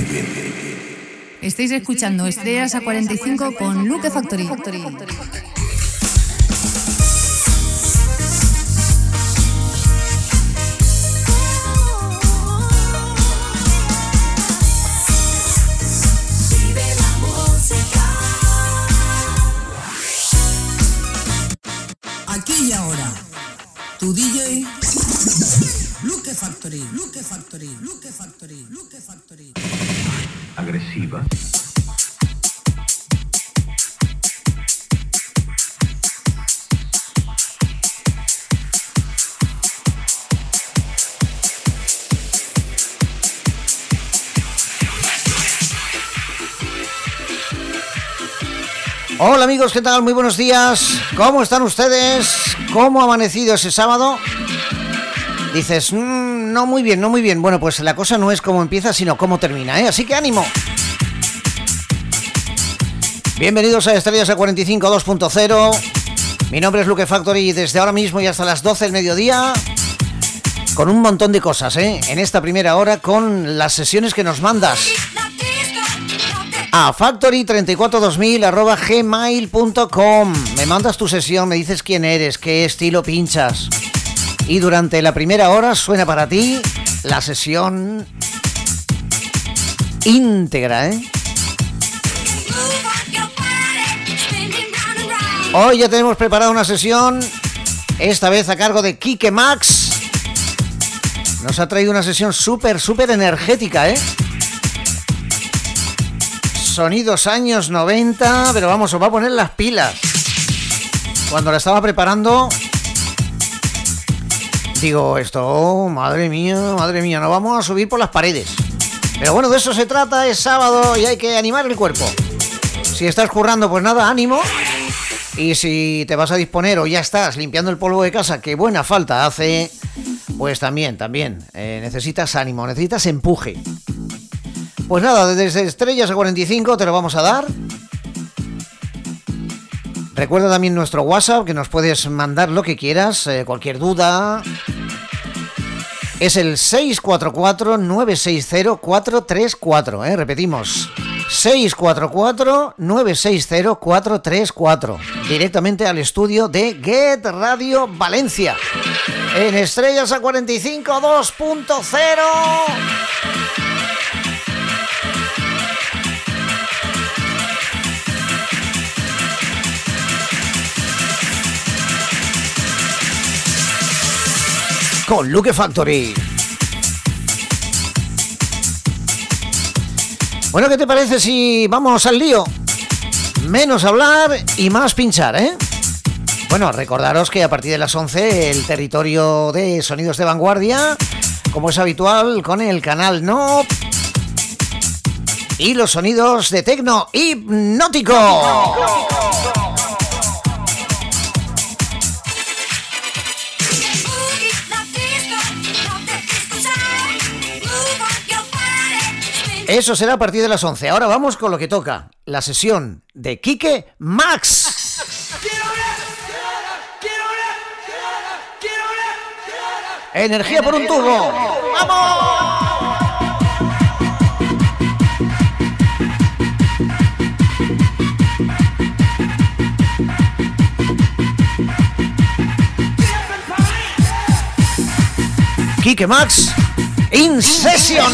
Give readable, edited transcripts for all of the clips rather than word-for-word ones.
Estáis escuchando Estrellas a 45 con Luke Factory. Aquí y ahora, tu DJ Luke Factory. Agresiva. Hola amigos, ¿qué tal? Muy buenos días. ¿Cómo están ustedes? ¿Cómo ha amanecido ese sábado? Dices, no muy bien. Bueno, pues la cosa no es cómo empieza, sino cómo termina, ¿eh? Así que ánimo. Bienvenidos a Estrellas a 45 2.0. Mi nombre es Luke Factory y desde ahora mismo y hasta las 12 del mediodía, con un montón de cosas, ¿eh? En esta primera hora con las sesiones que nos mandas a factory342000@gmail.com. Me mandas tu sesión, me dices quién eres, qué estilo pinchas. Y durante la primera hora suena para ti la sesión íntegra, ¿eh? Hoy ya tenemos preparada una sesión, esta vez a cargo de Kike Max. Nos ha traído una sesión súper energética, ¿eh? Sonidos años 90, pero vamos, os va a poner las pilas. Cuando la estaba preparando, digo, esto, madre mía, nos vamos a subir por las paredes. Pero bueno, de eso se trata, es sábado y hay que animar el cuerpo. Si estás currando, pues nada, ánimo. Y si te vas a disponer o ya estás limpiando el polvo de casa, que buena falta hace, pues también, necesitas ánimo, necesitas empuje. Pues nada, desde Estrellas a 45 te lo vamos a dar. Recuerda también nuestro WhatsApp, que nos puedes mandar lo que quieras, cualquier duda. Es el 644-960-434, repetimos, 644-960-434, directamente al estudio de Get Radio Valencia, en Estrellas a 45 2.0. Con Luke Factory. Bueno, ¿qué te parece si vamos al lío? Menos hablar y más pinchar, ¿eh? Bueno, recordaros que a partir de las 11 el territorio de sonidos de vanguardia, como es habitual, con el canal NOP y los sonidos de tecno hipnótico. Eso será a partir de las 11. Ahora vamos con lo que toca, la sesión de Kike Max. Energía por un tubo. ¡Vamos! Kike Max in session.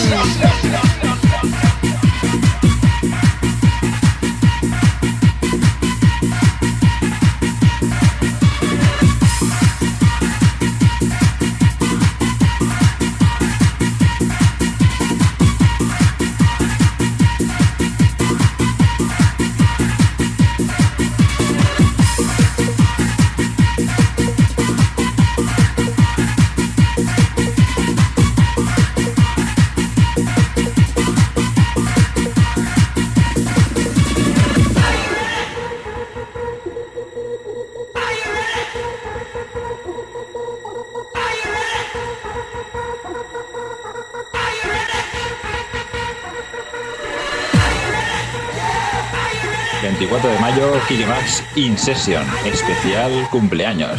El 24 de mayo, Kike Max in session, especial cumpleaños.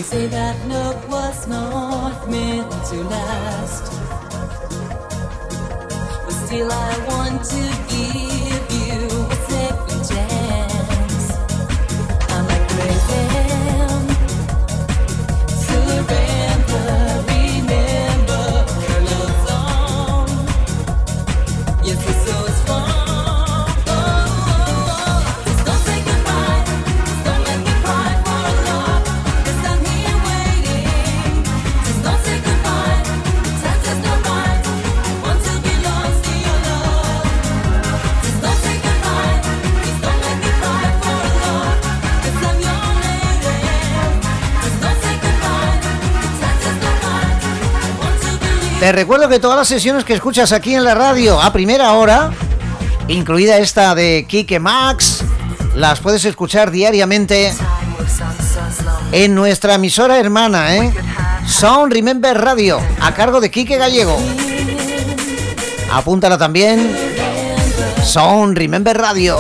say that love was not meant to last, but still I want to give you a second chance. I'm like crazy, surrender, remember your love song. Yes, it's so strong. Te recuerdo que todas las sesiones que escuchas aquí en la radio a primera hora, incluida esta de Kike Max, las puedes escuchar diariamente en nuestra emisora hermana, Sound Remember Radio, a cargo de Kike Gallego. Apúntala también, Sound Remember Radio.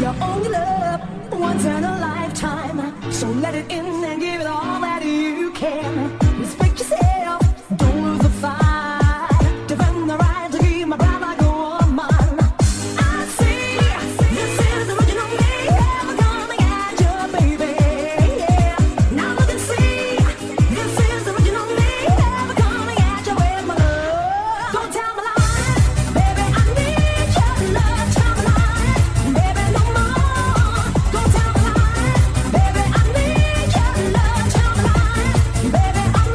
You're only love once in a lifetime. So let it in and give it all that you can. Respect yourself, don't lose the fight. Defend the right to keep my pride like a woman. I see this is the original me, ever coming at you, baby. Yeah. Now look and see, this is the original me, ever coming at you with my love. Don't tell me lies, baby. I need your love. Tell me lies, baby, no more. Don't tell me lies, baby. I need your love. Tell me lies, baby. I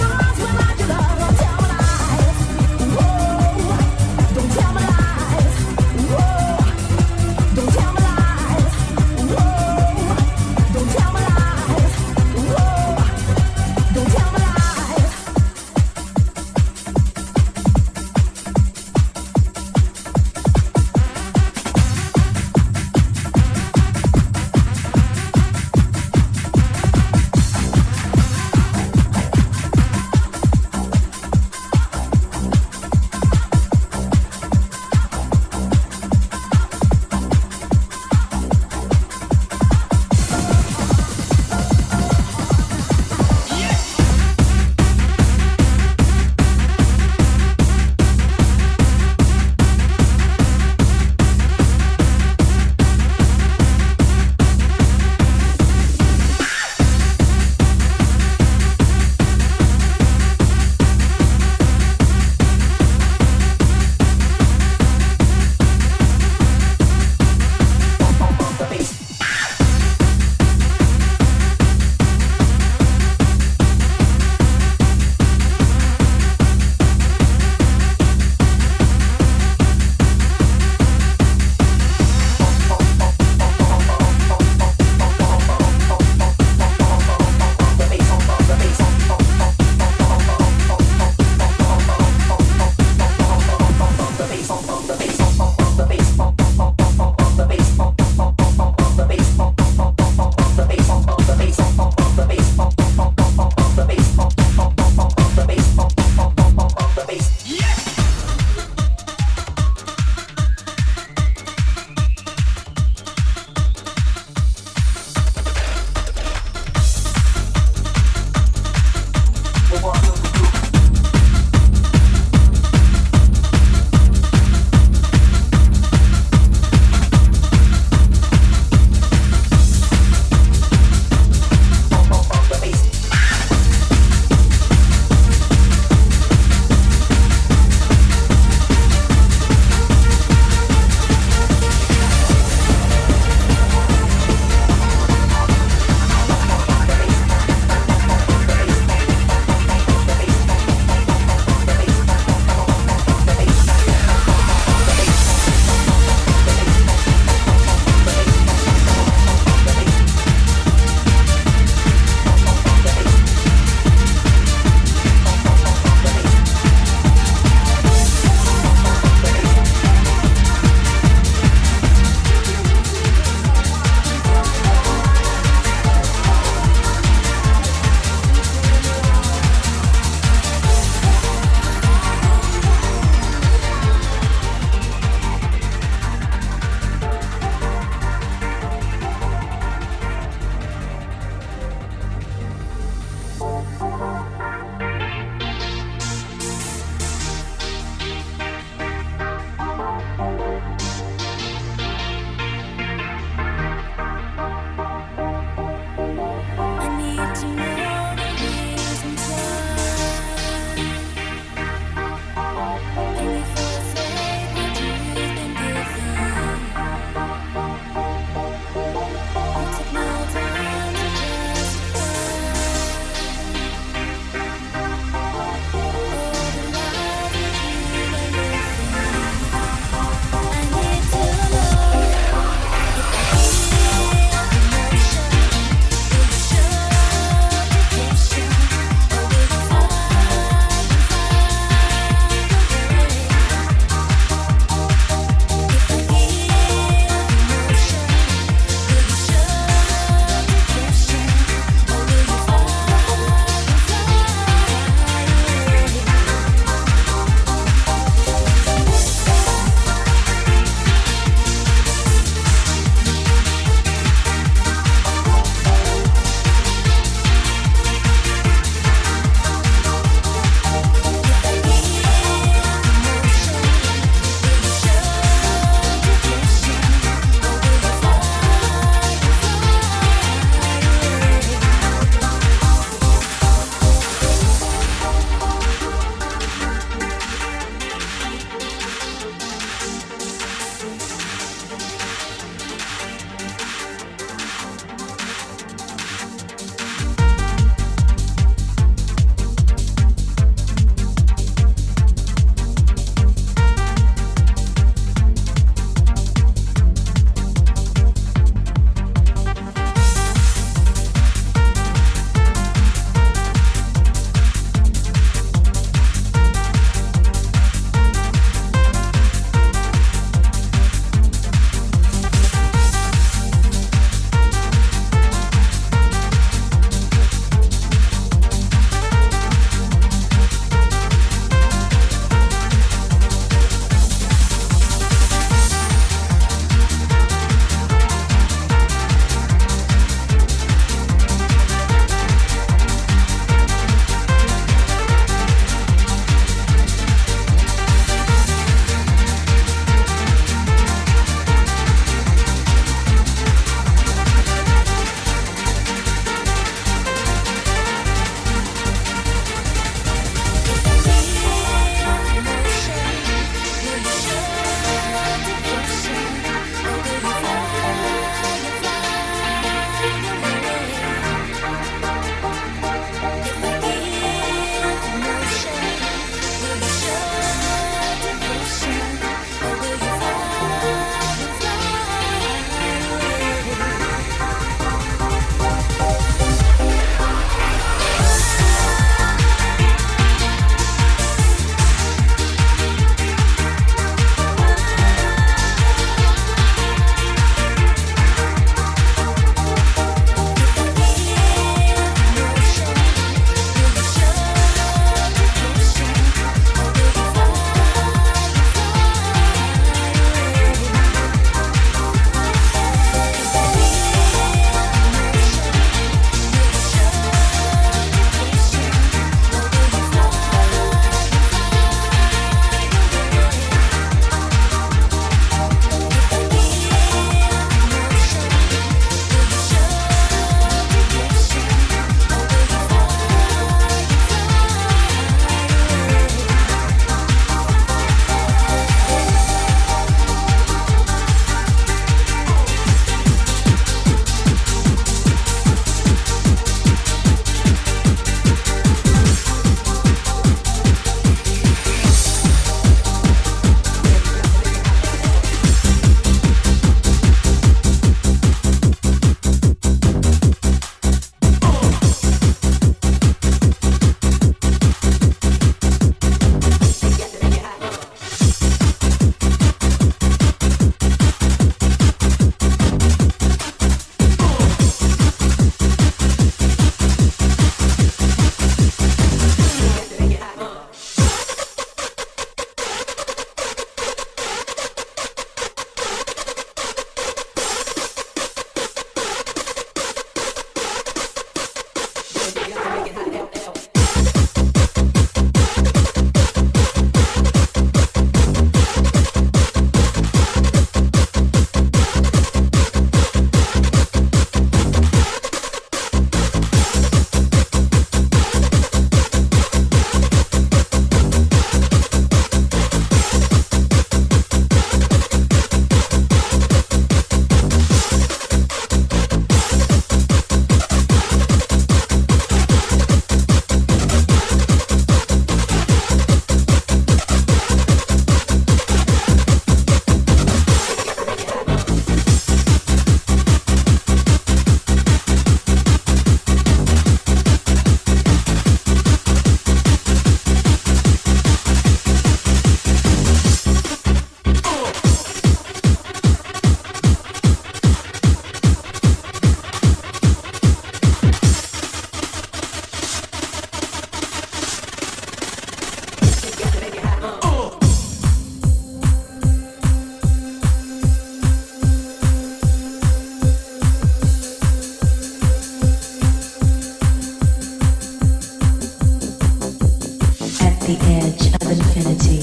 the edge of infinity.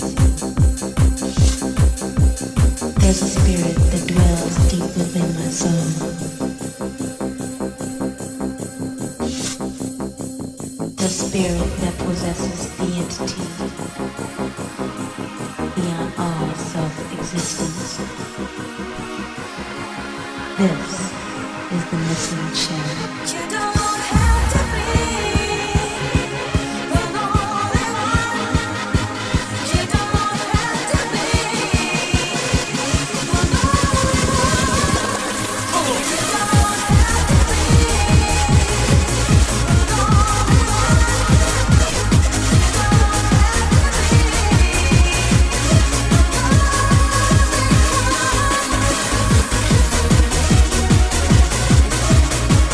There's a spirit that dwells deep within my soul. The spirit that possesses the entity beyond all self-existence. This is the missing shadow. You don't have to be the only one. You don't have to be the only one. You don't have to be the only one.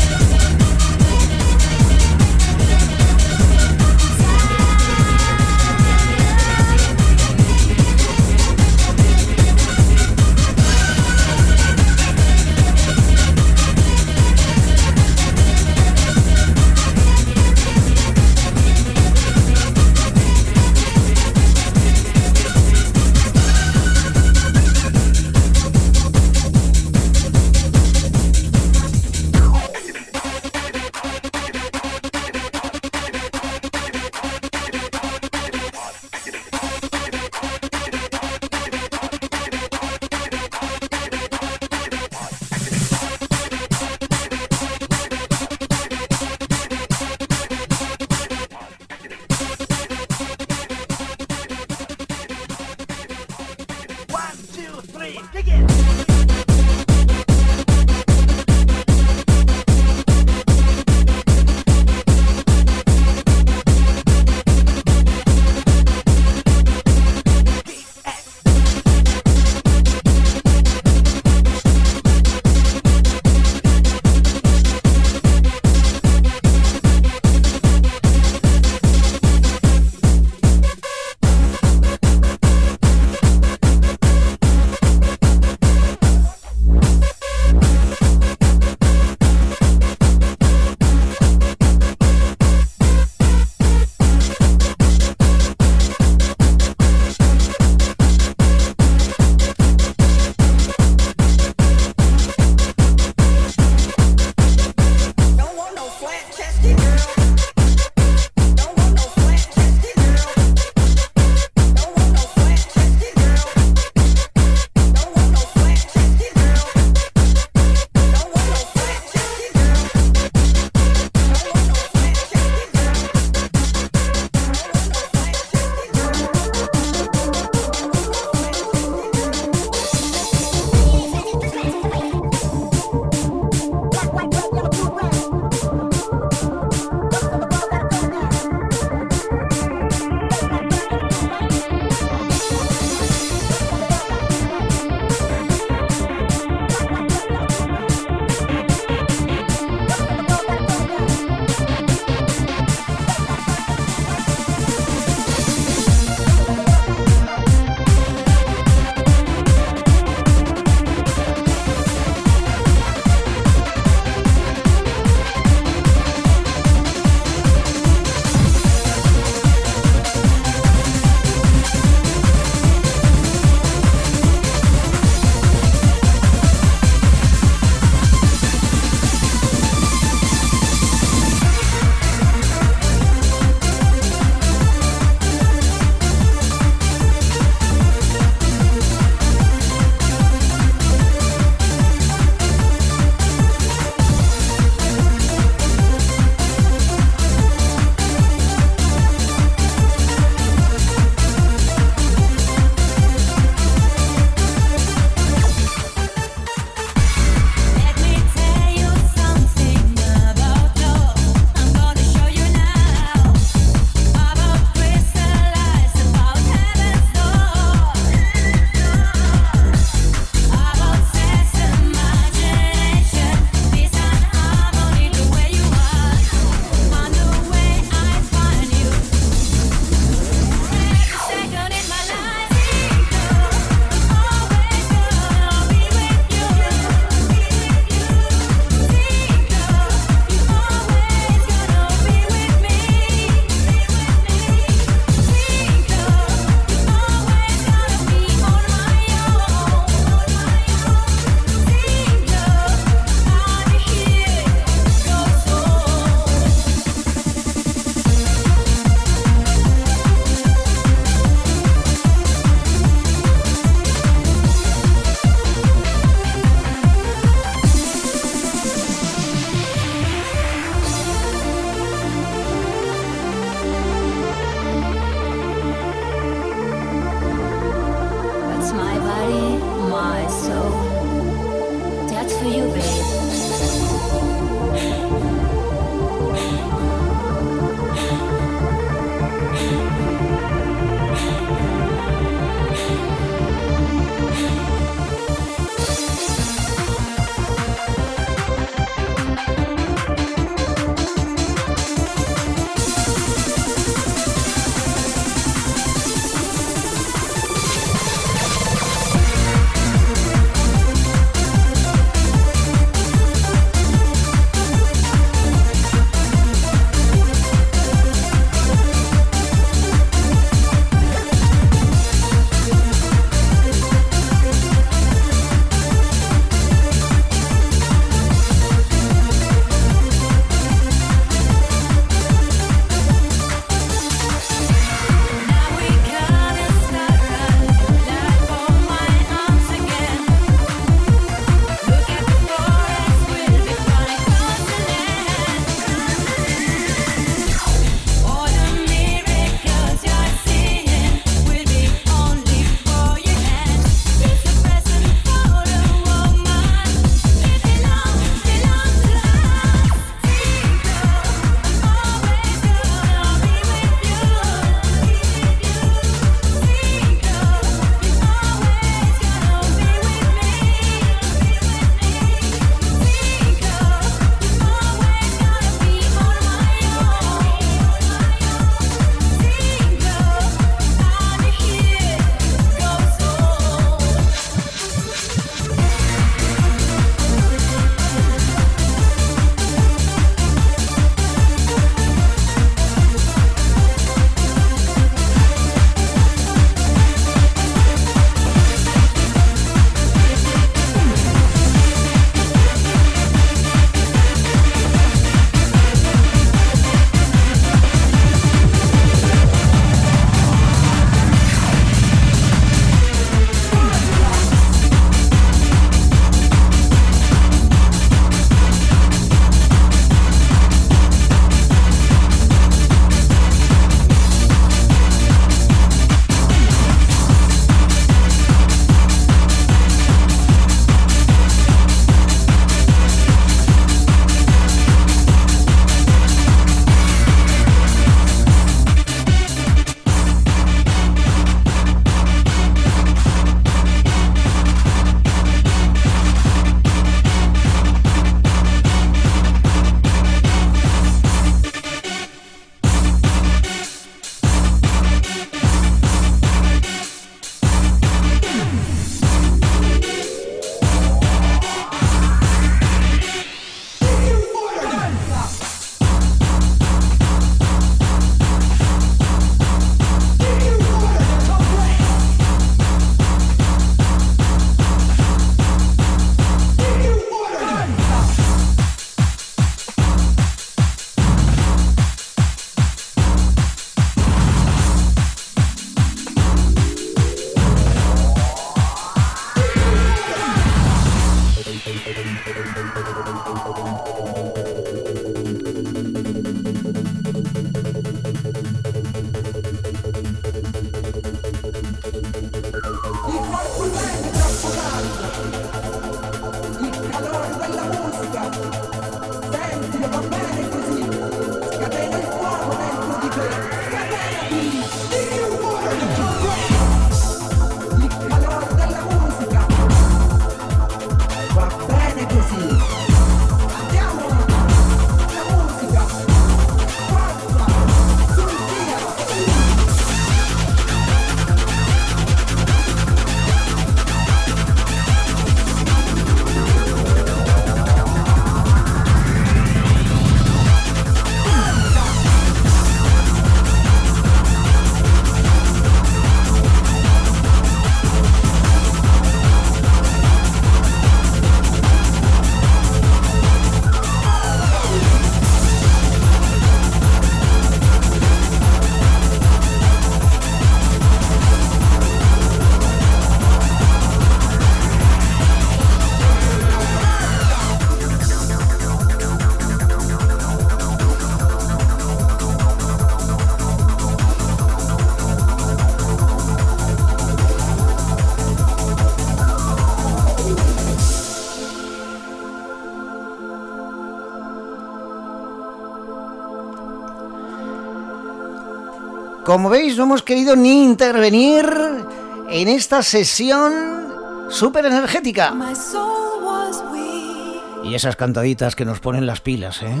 como veis, no hemos querido ni intervenir en esta sesión súper energética. My soul was weak, Y esas cantaditas que nos ponen las pilas, ¿eh?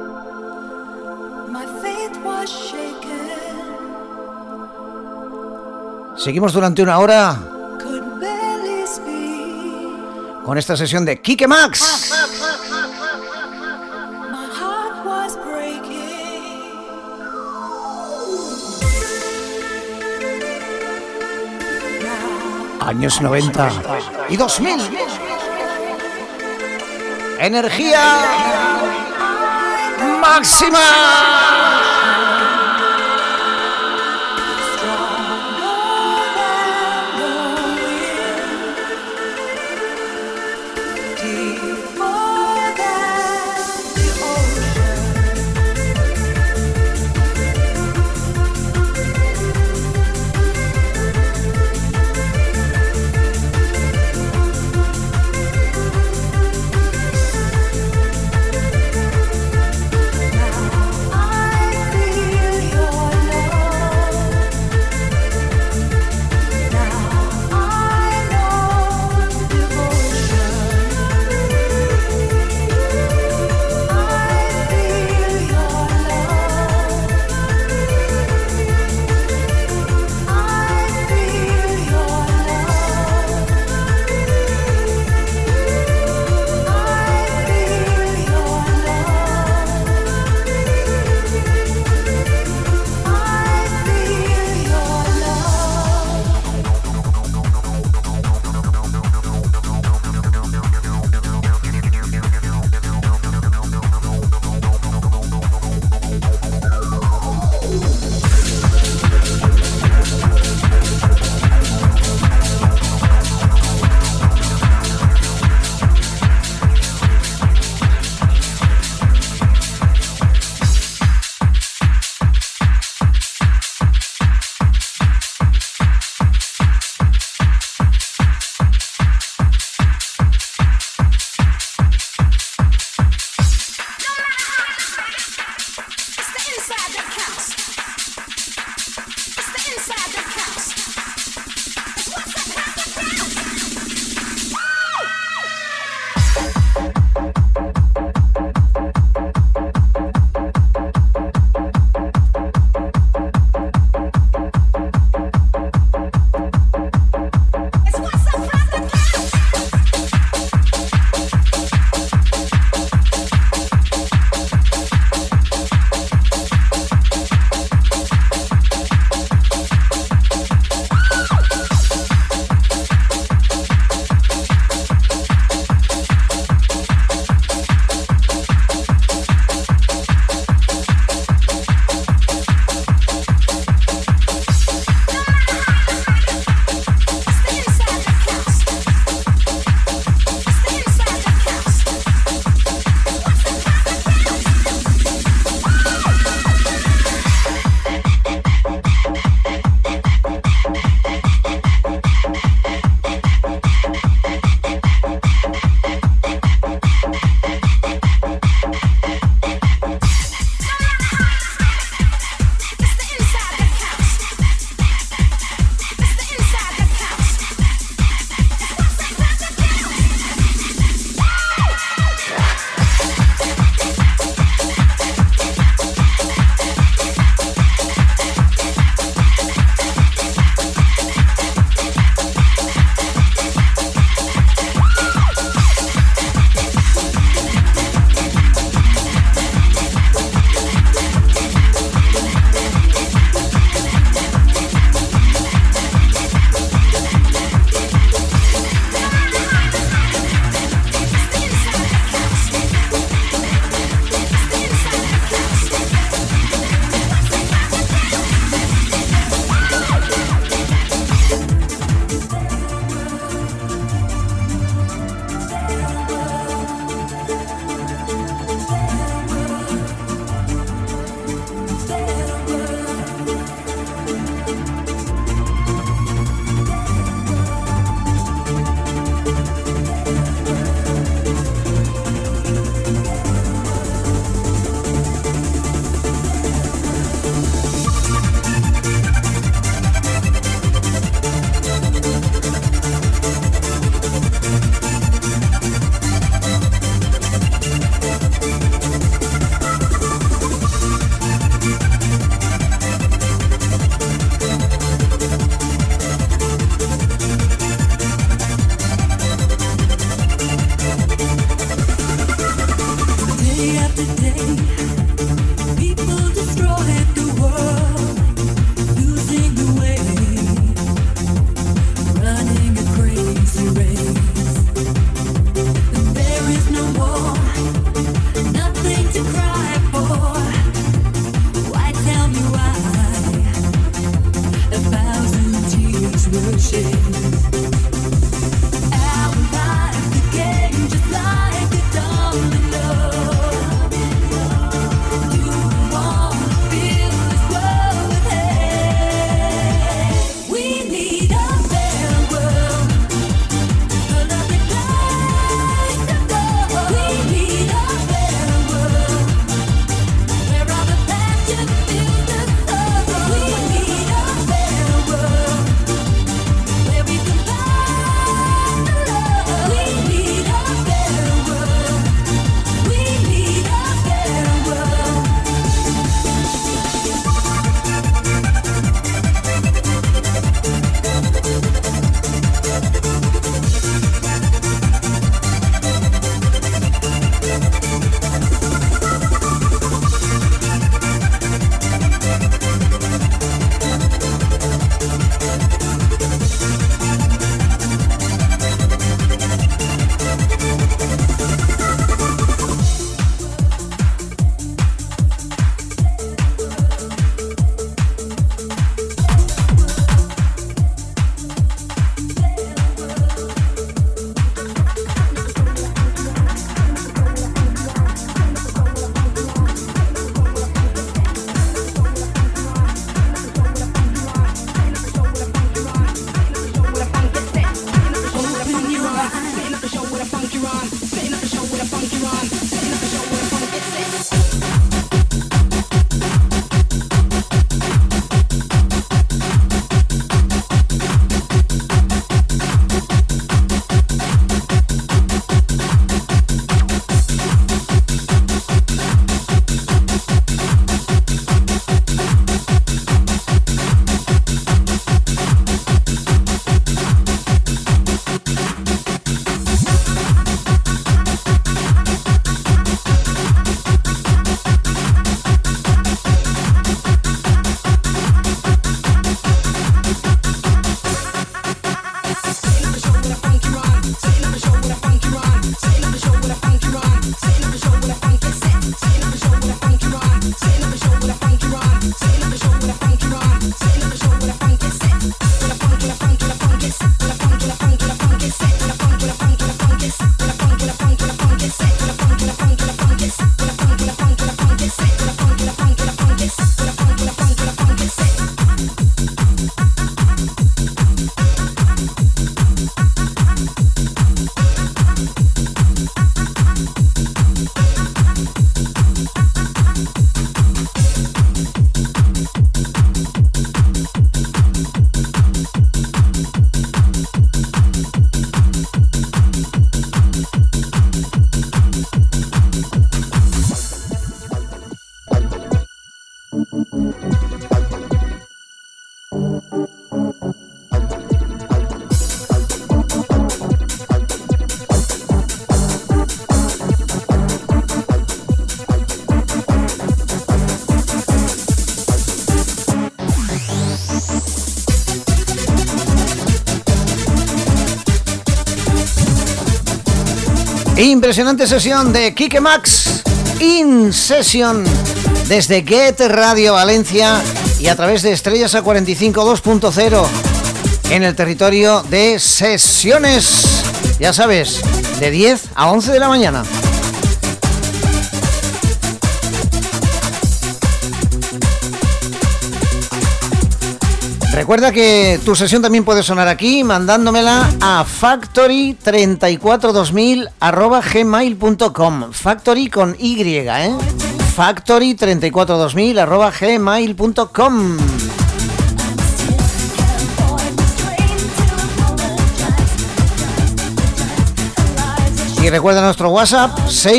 my faith was shaken, Seguimos durante una hora could barely speak. con esta sesión de Quique Max. My heart was breaking. Años 90 y 2000. Energía máxima. I Impresionante sesión de Quique Max In Session desde Get Radio Valencia y a través de Estrellas A45 2.0 en el territorio de sesiones, ya sabes, de 10 a 11 de la mañana. Recuerda que tu sesión también puede sonar aquí mandándomela a factory342000@gmail.com. Factory con Y, factory342000@gmail.com. Y recuerda nuestro WhatsApp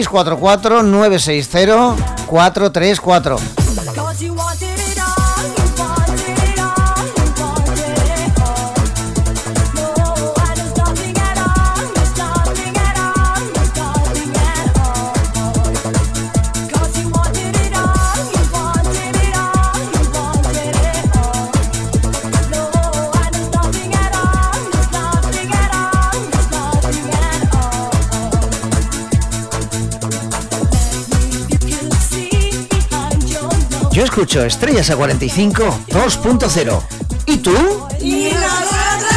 644-960-434. Yo escucho Estrellas A45 2.0. ¿Y tú? Y nosotros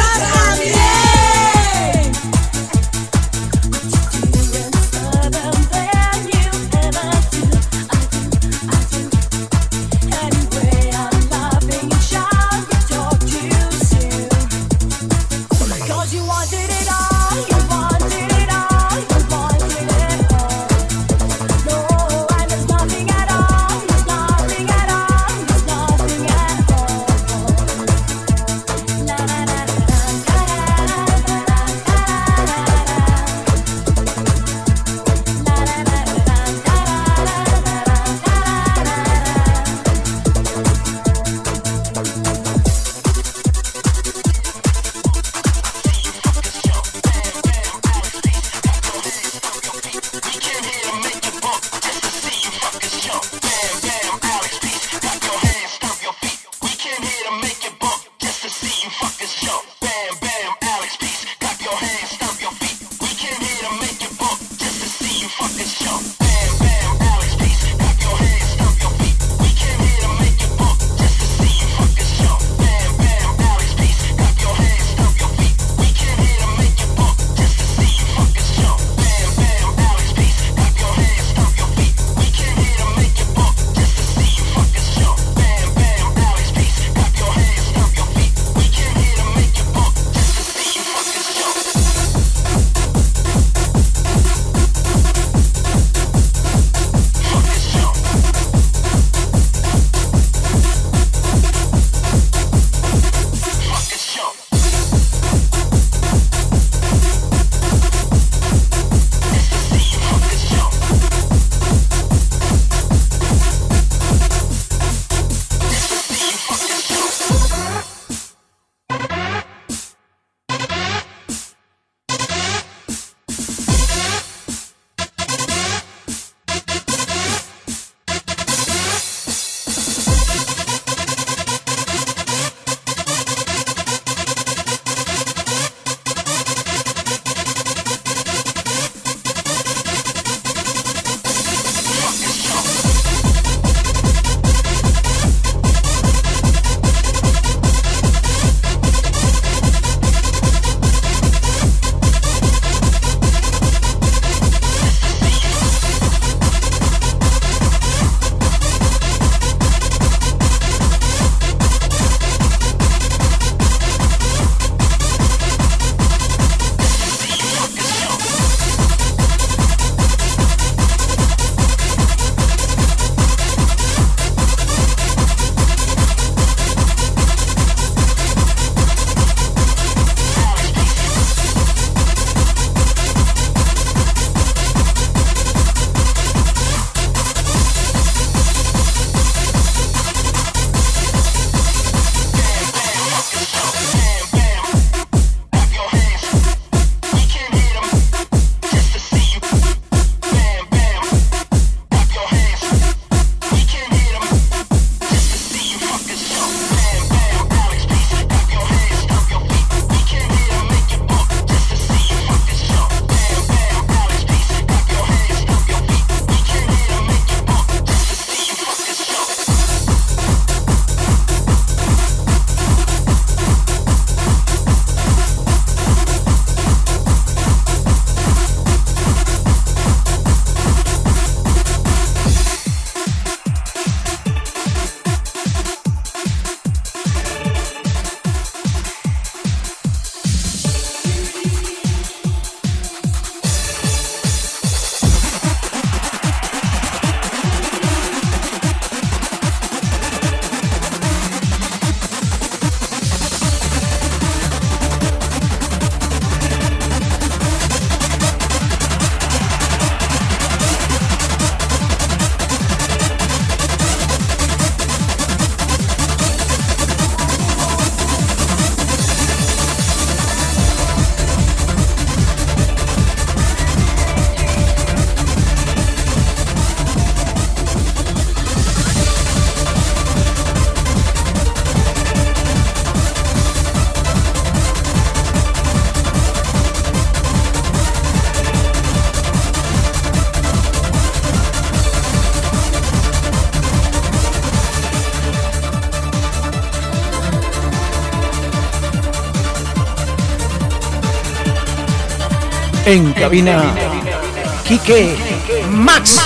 En cabina, Quique Max.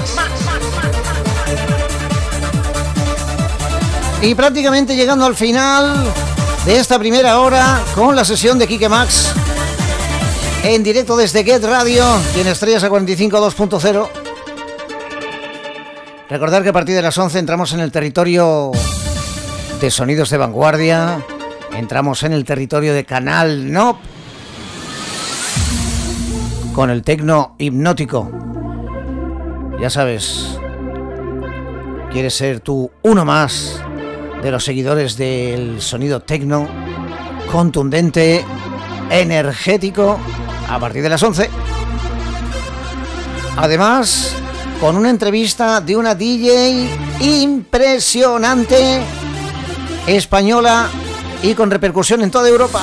Y prácticamente llegando al final de esta primera hora con la sesión de Quique Max en directo desde Get Radio y en Estrellas a 45 2.0. Recordar que a partir de las 11 entramos en el territorio de Sonidos de Vanguardia, entramos en el territorio de Canal NOP con el tecno hipnótico. Ya sabes, quieres ser tú uno más de los seguidores del sonido tecno contundente, energético, a partir de las 11. Además, con una entrevista de una DJ impresionante, española y con repercusión en toda Europa.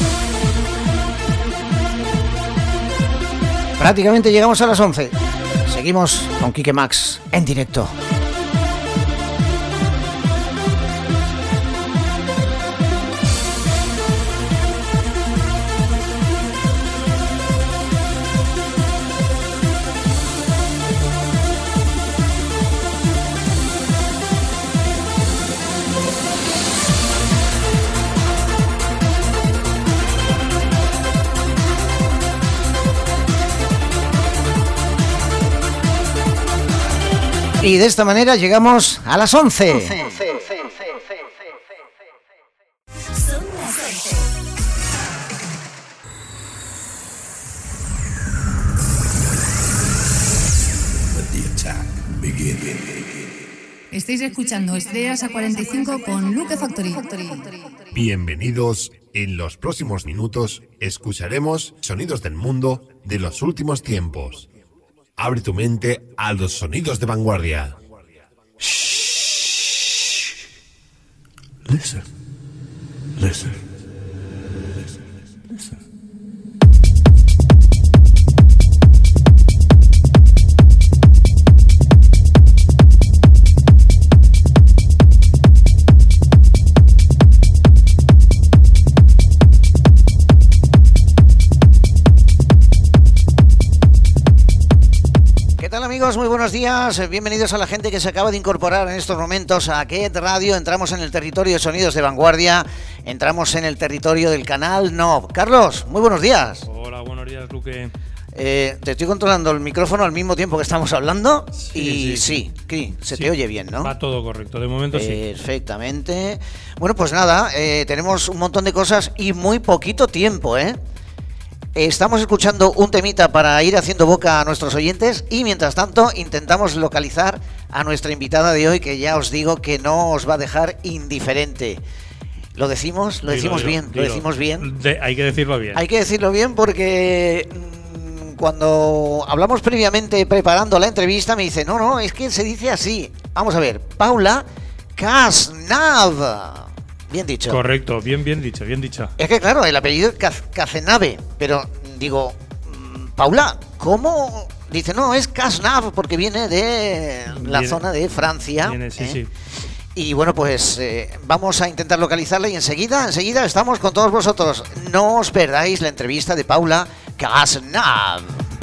Prácticamente llegamos a las 11. Seguimos con Quique Max en directo. Y de esta manera llegamos a las 11. Estáis escuchando Estrellas a 45 con Luke Factory. Bienvenidos. En los próximos minutos escucharemos sonidos del mundo de los últimos tiempos. Abre tu mente a los sonidos de vanguardia. Shh. Listen. Listen. Listen. Amigos, muy buenos días, bienvenidos a la gente que se acaba de incorporar en estos momentos a Get Radio. Entramos en el territorio de Sonidos de Vanguardia, entramos en el territorio del canal NOP. Carlos, muy buenos días. Hola, buenos días, Luque. Te estoy controlando el micrófono al mismo tiempo que estamos hablando y sí. Se te oye bien, ¿no? Va todo correcto, de momento sí. Perfectamente. Bueno, pues nada, tenemos un montón de cosas y muy poquito tiempo, ¿eh? Estamos escuchando un temita para ir haciendo boca a nuestros oyentes y mientras tanto intentamos localizar a nuestra invitada de hoy, que ya os digo que no os va a dejar indiferente. ¿Lo decimos? ¿Lo decimos bien? ¿Lo decimos bien? Hay que decirlo bien. Hay que decirlo bien porque cuando hablamos previamente preparando la entrevista me dice, no, es que se dice así. Vamos a ver, Paula Cazenave. Bien dicho. Correcto, bien dicho, bien dicho. Es que claro, el apellido es Cazenave, pero digo, Paula, ¿cómo? Dice, no, es Cazenave porque viene de la zona de Francia. Sí. Y bueno, pues vamos a intentar localizarla y enseguida estamos con todos vosotros. No os perdáis la entrevista de Paula Cazenave.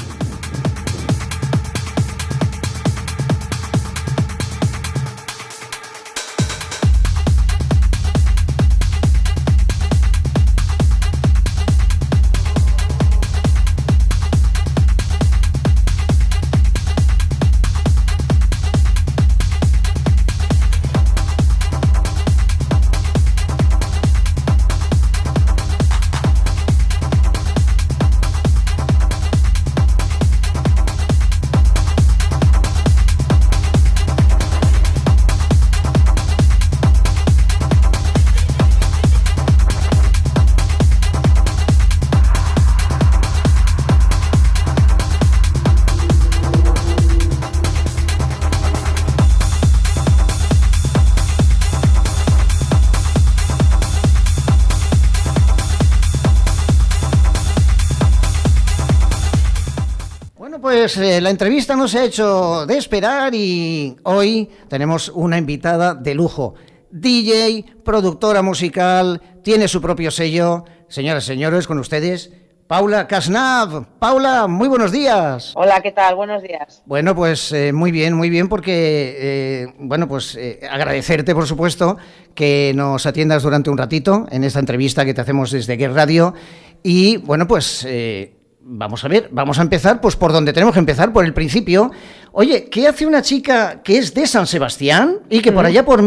Pues la entrevista no se ha hecho de esperar y hoy tenemos una invitada de lujo. DJ, productora musical, tiene su propio sello. Señoras y señores, con ustedes, Paula Casnav. Paula, muy buenos días. Hola, ¿qué tal? Buenos días. Bueno, pues muy bien, porque, agradecerte, por supuesto, que nos atiendas durante un ratito en esta entrevista que te hacemos desde Get Radio. Y, bueno, pues vamos a empezar pues por donde tenemos que empezar, por el principio. Oye, ¿qué hace una chica que es de San Sebastián y que por allá por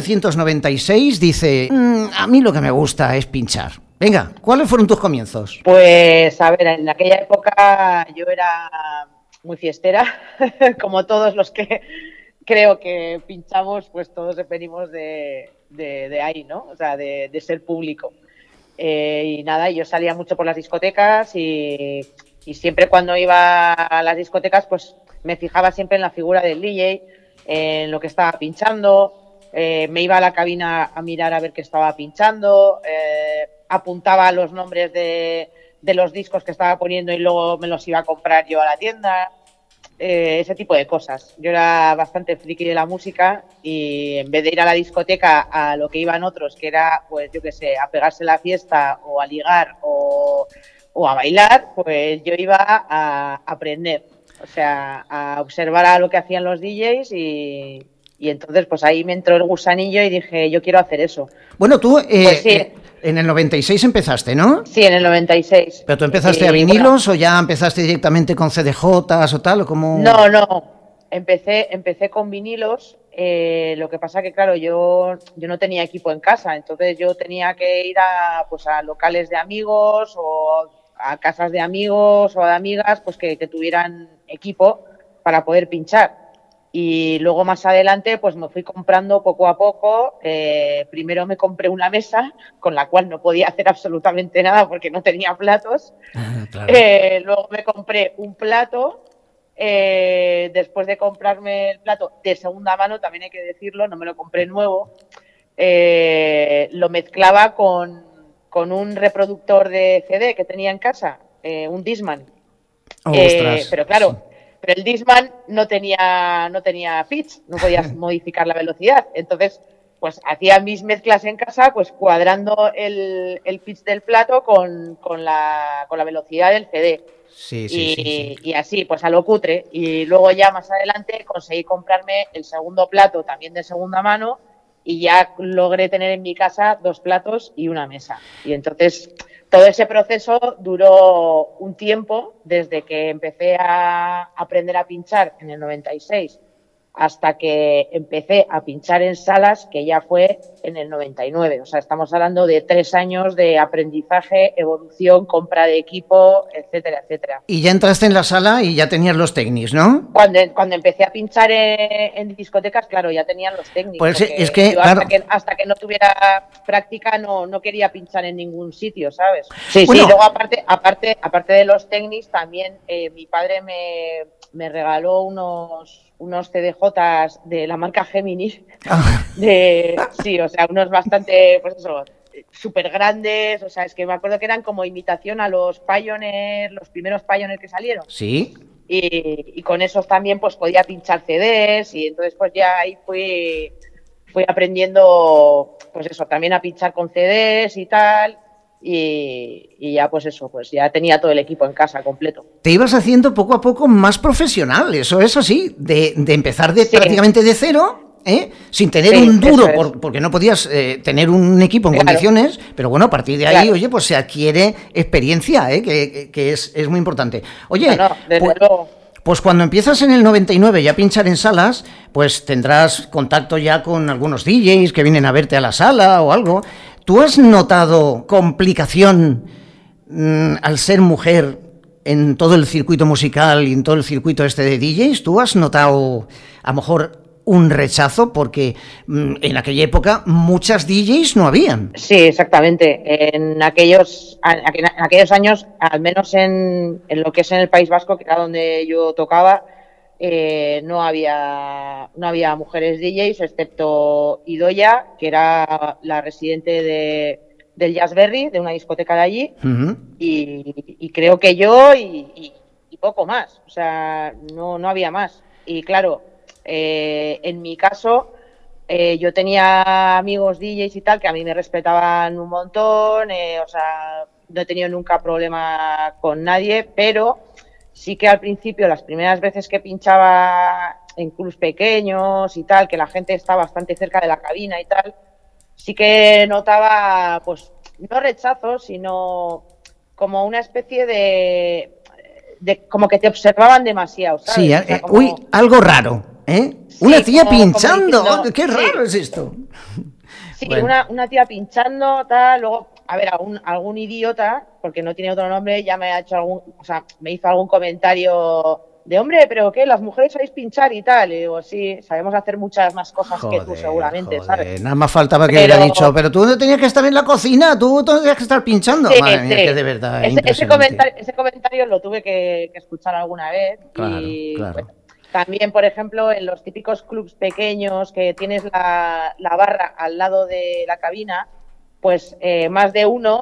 1996 dice, a mí lo que me gusta es pinchar? Venga, ¿cuáles fueron tus comienzos? Pues, a ver, en aquella época yo era muy fiestera, como todos los que creo que pinchamos, pues todos venimos de ahí, ¿no? O sea, de ser público. Y nada, yo salía mucho por las discotecas y siempre cuando iba a las discotecas, pues me fijaba siempre en la figura del DJ, en lo que estaba pinchando, me iba a la cabina a mirar a ver qué estaba pinchando, apuntaba los nombres de los discos que estaba poniendo y luego me los iba a comprar yo a la tienda, ese tipo de cosas. Yo era bastante friki de la música y en vez de ir a la discoteca a lo que iban otros, que era, pues yo qué sé, a pegarse la fiesta o a ligar o a bailar, pues yo iba a aprender, o sea, a observar a lo que hacían los DJs y entonces pues ahí me entró el gusanillo y dije, yo quiero hacer eso. Bueno, tú Pues sí. En el 96 empezaste, ¿no? Sí, en el 96. ¿Pero tú empezaste a vinilos o ya empezaste directamente con CDJs o tal? ¿O cómo? No. Empecé con vinilos. Lo que pasa que, claro, yo no tenía equipo en casa, entonces yo tenía que ir a locales de amigos o a casas de amigos o de amigas pues que tuvieran equipo para poder pinchar. Y luego más adelante pues me fui comprando poco a poco. Primero me compré una mesa con la cual no podía hacer absolutamente nada porque no tenía platos. Claro. Luego me compré un plato. Después de comprarme el plato de segunda mano, también hay que decirlo, no me lo compré nuevo, lo mezclaba con un reproductor de CD que tenía en casa, un Discman. Ostras. Pero claro, pero el Discman no tenía pitch, no podías modificar la velocidad. Entonces, pues hacía mis mezclas en casa, pues cuadrando el pitch del plato con la velocidad del CD. Sí. Y así, pues a lo cutre. Y luego ya más adelante conseguí comprarme el segundo plato también de segunda mano y ya logré tener en mi casa 2 platos y una mesa. Y entonces todo ese proceso duró un tiempo, desde que empecé a aprender a pinchar en el 96 hasta que empecé a pinchar en salas, que ya fue en el 99. O sea, estamos hablando de 3 años de aprendizaje, evolución, compra de equipo, etcétera, etcétera. Y ya entraste en la sala y ya tenías los técnicos, ¿no? Cuando empecé a pinchar en discotecas, claro, ya tenían los técnicos. Pues es que, yo claro, hasta que no tuviera práctica no quería pinchar en ningún sitio, ¿sabes? Sí, Bueno. sí. Luego aparte de los técnicos, también mi padre me regaló unos CDJs de la marca Gemini, sí, o sea, unos bastante, pues eso, súper grandes, o sea, es que me acuerdo que eran como imitación a los Pioneer, los primeros Pioneer que salieron. Sí. Y con esos también pues podía pinchar CDs y entonces pues ya ahí fui aprendiendo, pues eso, también a pinchar con CDs y tal. Y ya pues eso, pues ya tenía todo el equipo en casa completo. Te ibas haciendo poco a poco más profesional, eso es así, de empezar prácticamente de cero, sin tener un duro, porque no podías tener un equipo en condiciones, pero bueno, a partir de ahí, oye, pues se adquiere experiencia, que es muy importante. Oye, desde luego. Pues cuando empiezas en el 99 ya a pinchar en salas, pues tendrás contacto ya con algunos DJs que vienen a verte a la sala o algo. ¿Tú has notado complicación al ser mujer en todo el circuito musical y en todo el circuito este de DJs? ¿Tú has notado a lo mejor un rechazo? Porque en aquella época muchas DJs no habían. Sí, exactamente. En aquellos años, al menos en lo que es en el País Vasco, que era donde yo tocaba, no había mujeres DJs, excepto Idoia, que era la residente del Jazzberry, de una discoteca de allí, y creo que yo y poco más, o sea, no había más. Y claro, en mi caso, yo tenía amigos DJs y tal que a mí me respetaban un montón, o sea, no he tenido nunca problema con nadie, pero sí que al principio, las primeras veces que pinchaba en clubs pequeños y tal, que la gente está bastante cerca de la cabina y tal, sí que notaba, pues, no rechazo, sino como una especie de como que te observaban demasiado, ¿sabes? Sí, O sea, como- uy, algo raro, ¿eh? Sí, Una tía como pinchando, diciendo, ¡oh, qué sí. raro es esto! Sí, Bueno. una tía pinchando, tal, luego, a ver, algún idiota, porque no tiene otro nombre, ya me ha hecho me hizo algún comentario de, hombre, pero ¿qué? Las mujeres sabéis pinchar y tal. Y digo, sí, sabemos hacer muchas más cosas que tú, seguramente, ¿sabes? Nada más faltaba que Pero- hubiera dicho, pero tú no tenías que estar en la cocina, tú tenías que estar pinchando. Sí, Madre mía, sí. que de verdad, Ese impresionante. ese comentario lo tuve que escuchar alguna vez. Claro, Y claro. bueno, también, por ejemplo, en los típicos clubs pequeños que tienes la barra al lado de la cabina, pues más de uno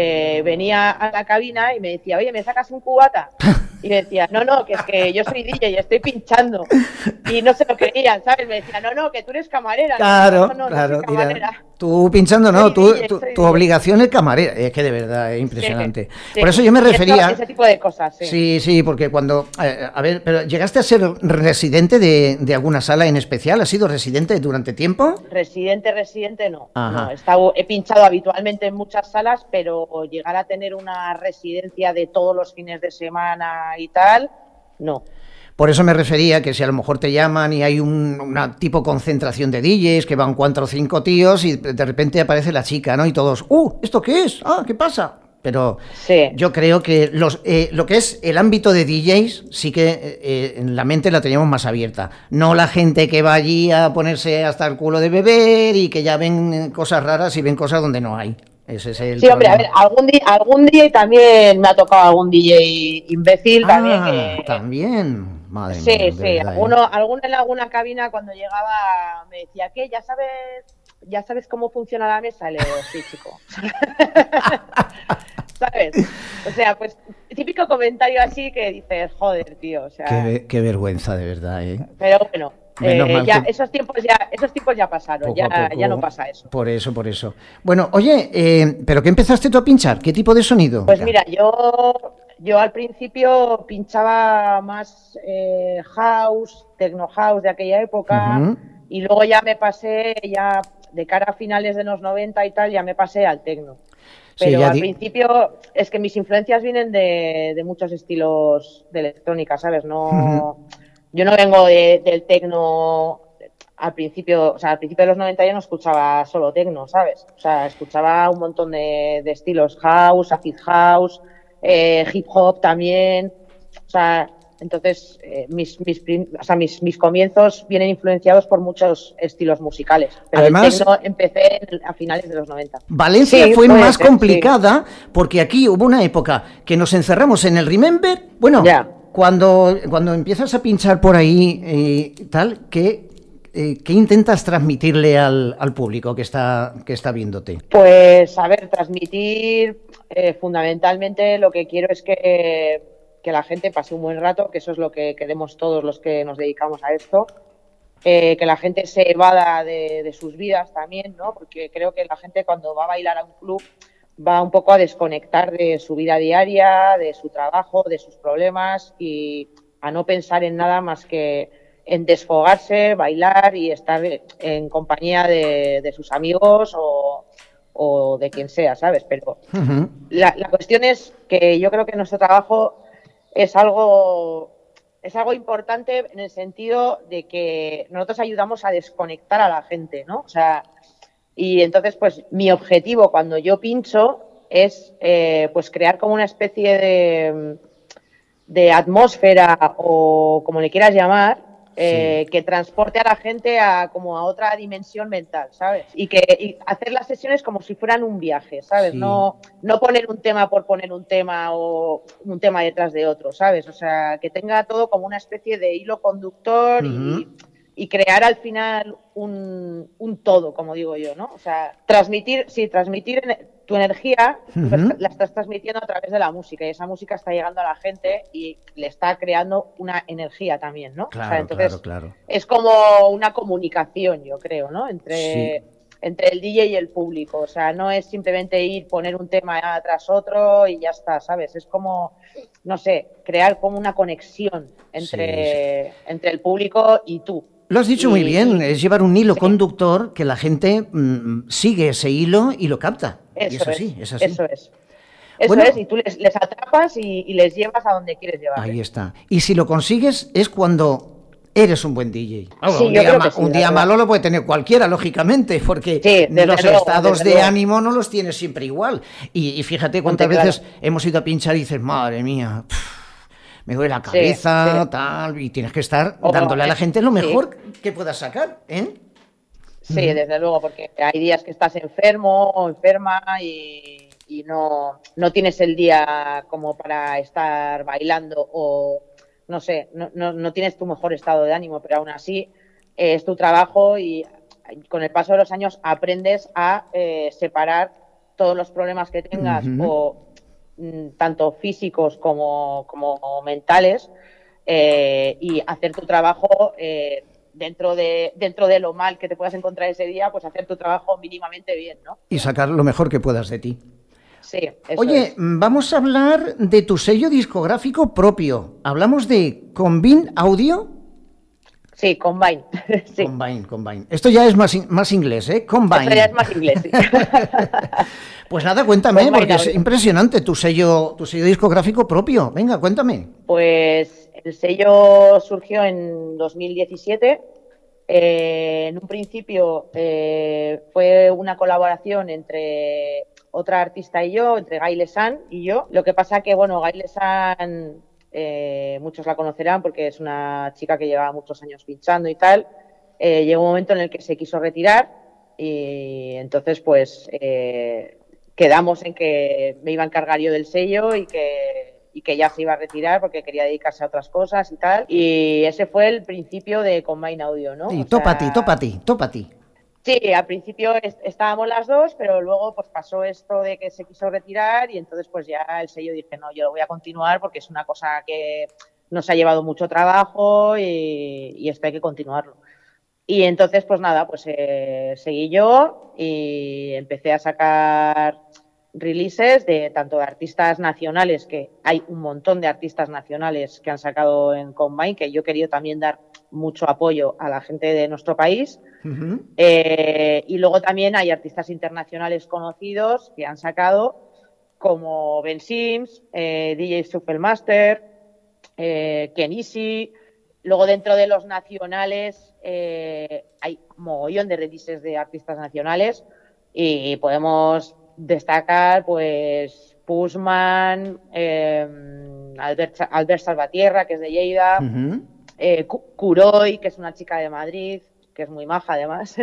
venía a la cabina y me decía, oye, ¿me sacas un cubata? Y le decía, no, que es que yo soy DJ y estoy pinchando. Y no se lo creían, ¿sabes? Me decía, no, que tú eres camarera. Claro, No claro, soy camarera. mira, tú pinchando no, Soy DJ, tu soy DJ. obligación es camarera, es que de verdad es impresionante. Sí, Por eso yo me y refería... ese tipo de cosas, sí. Sí, porque cuando... a ver, pero ¿llegaste a ser residente de alguna sala en especial? ¿Has sido residente durante tiempo? Residente no. Ajá. No, he pinchado habitualmente en muchas salas, pero llegar a tener una residencia de todos los fines de semana y tal, no. Por eso me refería que si a lo mejor te llaman y hay una tipo concentración de DJs, que van 4 o 5 tíos y de repente aparece la chica, ¿no? Y todos, ¿esto qué es? ¿Qué pasa? Pero Sí. yo creo que lo que es el ámbito de DJs sí que en la mente la teníamos más abierta. No la gente que va allí a ponerse hasta el culo de beber y que ya ven cosas raras y ven cosas donde no hay. Ese es el Sí, hombre, a ver, problema. algún día también me ha tocado algún DJ imbécil también. También. Madre Sí, mía, de sí, verdad, alguno en alguna cabina cuando llegaba me decía, ¿qué? ¿Ya sabes cómo funciona la mesa? Le digo, sí, chico. ¿Sabes? O sea, pues típico comentario así que dices, joder, tío, o sea, Qué vergüenza, de verdad, ¿eh? pero bueno, Menos mal ya, que- esos tiempos ya pasaron, Poco a poco. ya no pasa eso. Por eso. Bueno, oye, ¿pero qué empezaste tú a pinchar? ¿Qué tipo de sonido? Pues mira, yo al principio pinchaba más house, techno house de aquella época, Ujú. y luego ya me pasé, ya de cara a finales de los 90 y tal, ya me pasé al techno. Sí, Pero ya al principio es que mis influencias vienen de muchos estilos de electrónica, ¿sabes? Yo no vengo del techno al principio, o sea, al principio de los 90 yo no escuchaba solo techno, ¿sabes? O sea, escuchaba un montón de estilos, house, acid house, hip hop también, o sea, entonces mis comienzos vienen influenciados por muchos estilos musicales, pero Además- el techno empecé a finales de los 90. Valencia Sí, fue puede más ser, complicada porque aquí hubo una época que nos encerramos en el Remember. Bueno, Ya. cuando empiezas a pinchar por ahí tal, ¿qué intentas transmitirle al público que está viéndote? Pues, a ver, transmitir, fundamentalmente lo que quiero es que la gente pase un buen rato, que eso es lo que queremos todos los que nos dedicamos a esto, que la gente se evada de sus vidas también, ¿no? Porque creo que la gente cuando va a bailar a un club va un poco a desconectar de su vida diaria, de su trabajo, de sus problemas y a no pensar en nada más que en desfogarse, bailar y estar en compañía de sus amigos o de quien sea, ¿sabes? Pero Ujú. la cuestión es que yo creo que nuestro trabajo es algo importante en el sentido de que nosotros ayudamos a desconectar a la gente, ¿no? O sea, y entonces, pues, mi objetivo cuando yo pincho es, pues, crear como una especie de atmósfera o como le quieras llamar, que transporte a la gente como a otra dimensión mental, ¿sabes? Y hacer las sesiones como si fueran un viaje, ¿sabes? Sí. No poner un tema por poner un tema o un tema detrás de otro, ¿sabes? O sea, que tenga todo como una especie de hilo conductor y crear al final un todo, como digo yo, ¿no? O sea, transmitir tu energía, Ujú. la estás transmitiendo a través de la música y esa música está llegando a la gente y le está creando una energía también, ¿no? Claro, o sea, entonces claro. es como una comunicación, yo creo, ¿no? Entre entre el DJ y el público. O sea, no es simplemente ir, poner un tema tras otro y ya está, ¿sabes? Es como, no sé, crear como una conexión entre el público y tú. Lo has dicho muy bien, es llevar un hilo conductor que la gente sigue ese hilo y lo capta. Y es así, es así. Eso es. Eso Bueno, es, y tú les atrapas y les llevas a donde quieres llevar. ahí está. Y si lo consigues es cuando eres un buen DJ. Ahora, Sí, un yo día, creo que sí, un la día verdad. malo lo puede tener cualquiera, lógicamente, porque Sí, desde los luego, estados desde de luego. ánimo no los tienes siempre igual. Y fíjate cuántas Claro. veces hemos ido a pinchar y dices, madre mía, me duele la cabeza, sí. tal, y tienes que estar O- dándole a la gente lo sí. mejor que puedas sacar, ¿eh? Sí, desde luego, porque hay días que estás enfermo o enferma y no tienes el día como para estar bailando o, no sé, no tienes tu mejor estado de ánimo, pero aún así es tu trabajo y con el paso de los años aprendes a separar todos los problemas que tengas o tanto físicos como mentales y hacer tu trabajo dentro de lo mal que te puedas encontrar ese día, pues hacer tu trabajo mínimamente bien, ¿no? Y sacar lo mejor que puedas de ti. Sí, eso Oye, es. vamos a hablar de tu sello discográfico propio. ¿Hablamos de Combine Audio? Sí, Combine. Sí. Combine. Esto ya es más inglés, ¿eh? Combine. Eso ya es más inglés, sí. Pues nada, cuéntame, Combine porque es Audio. impresionante tu sello discográfico propio. Venga, cuéntame. Pues el sello surgió en 2017. En un principio fue una colaboración entre otra artista y yo, entre Gaile San y yo. Lo que pasa que, bueno, Gaile San, muchos la conocerán porque es una chica que llevaba muchos años pinchando y tal. Llegó un momento en el que se quiso retirar y entonces, pues, quedamos en que me iba a encargar yo del sello y que ya se iba a retirar porque quería dedicarse a otras cosas y tal. Y ese fue el principio de Combine Audio, ¿no? Sí, O topa sea, a ti. Sí, al principio estábamos las dos, pero luego pues pasó esto de que se quiso retirar y entonces pues ya el sello dije, no, yo lo voy a continuar porque es una cosa que nos ha llevado mucho trabajo y esto hay que continuarlo. Y entonces pues nada, pues seguí yo y empecé a sacar releases de tanto de artistas nacionales, que hay un montón de artistas nacionales que han sacado en Combine, que yo he querido también dar mucho apoyo a la gente de nuestro país. Y luego también hay artistas internacionales conocidos que han sacado, como Ben Sims, DJ Supermaster, Kenisi. Luego dentro de los nacionales hay mogollón de releases de artistas nacionales y podemos destacar pues Pushman, Albert Salvatierra, que es de Lleida, Kuroy, que es una chica de Madrid, que es muy maja además.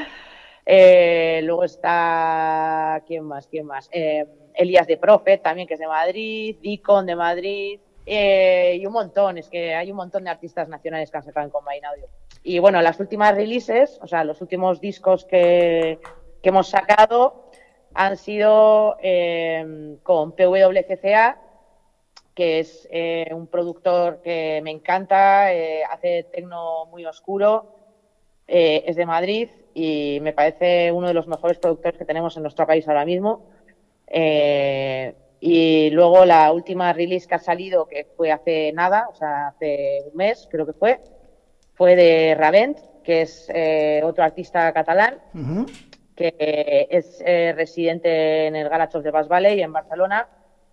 Luego está, ¿quién más? Elías de Prophet también, que es de Madrid, Deacon de Madrid, y un montón, es que hay un montón de artistas nacionales que han sacado en Combine Audio. Y bueno, las últimas releases, o sea, los últimos discos que hemos sacado han sido con PWCCA, que es un productor que me encanta, hace tecno muy oscuro, es de Madrid y me parece uno de los mejores productores que tenemos en nuestro país ahora mismo. Y luego la última release que ha salido, que fue hace nada, o sea, hace un mes creo que fue de Ravent, que es otro artista catalán, que es residente en el Garage of the Basque Valley en Barcelona.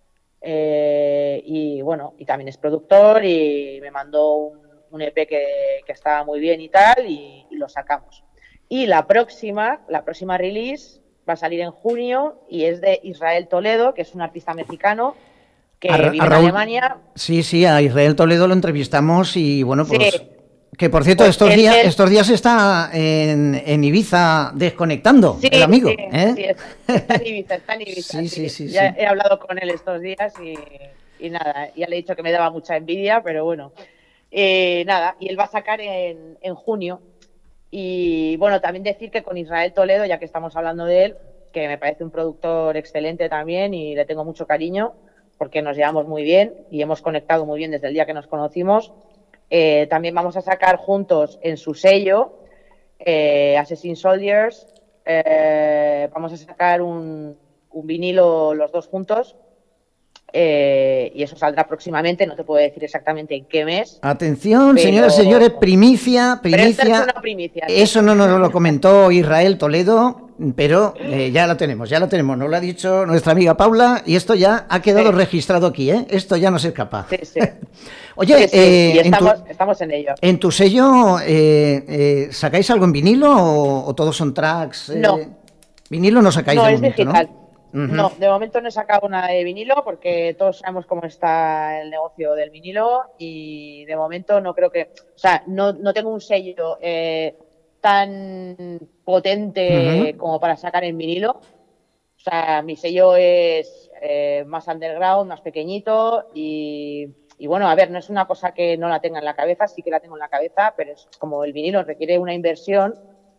Y bueno, y también es productor y me mandó un EP que estaba muy bien y tal, y lo sacamos. Y la próxima release va a salir en junio y es de Israel Toledo, que es un artista mexicano que vive en Alemania. Sí, a Israel Toledo lo entrevistamos y bueno, pues... Sí. Que por cierto, Pues estos días está en Ibiza desconectando, Sí, el amigo. sí, ¿eh? sí, está en Ibiza. Sí. Ya he hablado con él estos días y nada, ya le he dicho que me daba mucha envidia, pero bueno. Nada, y él va a sacar en junio. Y bueno, también decir que con Israel Toledo, ya que estamos hablando de él, que me parece un productor excelente también y le tengo mucho cariño porque nos llevamos muy bien y hemos conectado muy bien desde el día que nos conocimos. También vamos a sacar juntos en su sello Assassin Soldiers vamos a sacar un vinilo los dos juntos. Y eso saldrá próximamente, no te puedo decir exactamente en qué mes. Atención, pero- señoras y señores, primicia. Pero esta es una primicia. Eso no nos lo comentó Israel Toledo, pero ya lo tenemos, nos lo ha dicho nuestra amiga Paula y esto ya ha quedado Sí. registrado aquí, ¿eh? Esto ya no se escapa. Sí, sí. Oye, Sí, sí, y en tu- estamos en ello. ¿En tu sello sacáis algo en vinilo o todos son tracks? No. Vinilo no sacáis No, de es momento, digital. ¿no? Ujú. No, de momento no he sacado una de vinilo porque todos sabemos cómo está el negocio del vinilo y de momento no creo que, o sea, no tengo un sello tan potente Ujú. como para sacar en vinilo. O sea, mi sello es más underground, más pequeñito y bueno, a ver, no es una cosa que no la tenga en la cabeza, sí que la tengo en la cabeza, pero es como el vinilo requiere una inversión.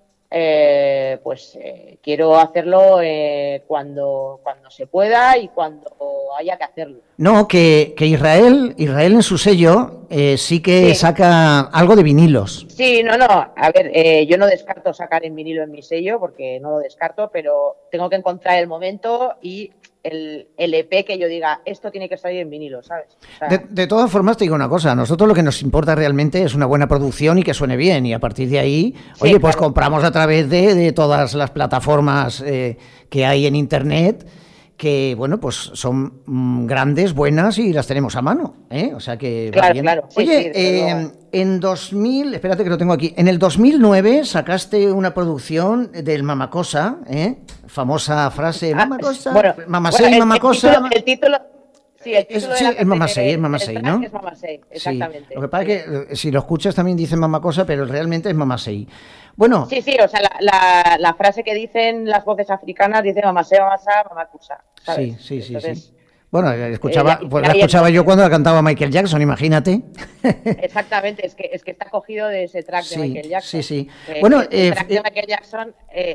Quiero hacerlo cuando se pueda y cuando haya que hacerlo. No, que Israel en su sello sí que Sí. saca algo de vinilos. Sí, no, a ver, yo no descarto sacar en vinilo en mi sello porque no lo descarto, pero tengo que encontrar el momento y el EP que yo diga, esto tiene que salir en vinilo, ¿sabes? O sea, De todas formas, te digo una cosa, a nosotros lo que nos importa realmente es una buena producción y que suene bien, y a partir de ahí, Sí, oye, pues claro. compramos a través de todas las plataformas que hay en Internet, que, bueno, pues son grandes, buenas y las tenemos a mano, ¿eh? O sea que va Claro, bien. claro, sí, Oye, sí, desde luego. en 2000, espérate que lo tengo aquí, en el 2009 sacaste una producción del Mamacosa, ¿eh? Famosa frase, Mamacosa, Mamasei, bueno, Mamacosa. el título, sí, el título Sí, de la es Mamasei, del ¿no? track es Mamasei, exactamente. Sí. Lo que pasa es que si lo escuchas también dice Mamacosa, pero realmente es Mamasei. Bueno, Sí, o sea, la frase que dicen las voces africanas dice Mamasei, Mamasa, Mamacusa, ¿sabes? sí. Entonces, Bueno, escuchaba, ya- pues ya- la ya- escuchaba yo cuando la cantaba Michael Jackson, imagínate. exactamente, es que está cogido de ese track Sí, de Michael Jackson. sí. Bueno, el track de Michael Jackson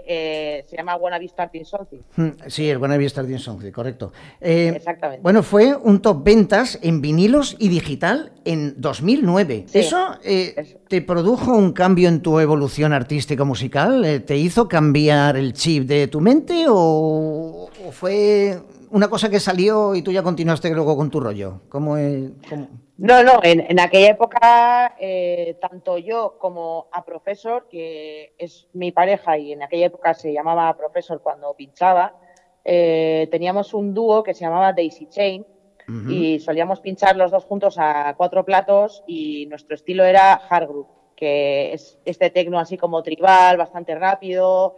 se llama Wanna Be Starting Something. Sí, el Buena Vista Starting Something, correcto. Exactamente. Bueno, fue un top ventas en vinilos y digital en 2009. Sí. ¿Eso te produjo un cambio en tu evolución artístico-musical? ¿Te hizo cambiar el chip de tu mente o fue una cosa que salió y tú ya continuaste luego con tu rollo? ¿Cómo es? No, en aquella época, tanto yo como a Professor, que es mi pareja y en aquella época se llamaba Professor cuando pinchaba, teníamos un dúo que se llamaba Daisy Chain y solíamos pinchar los dos juntos a 4 platos y nuestro estilo era hard groove, que es este tecno así como tribal, bastante rápido,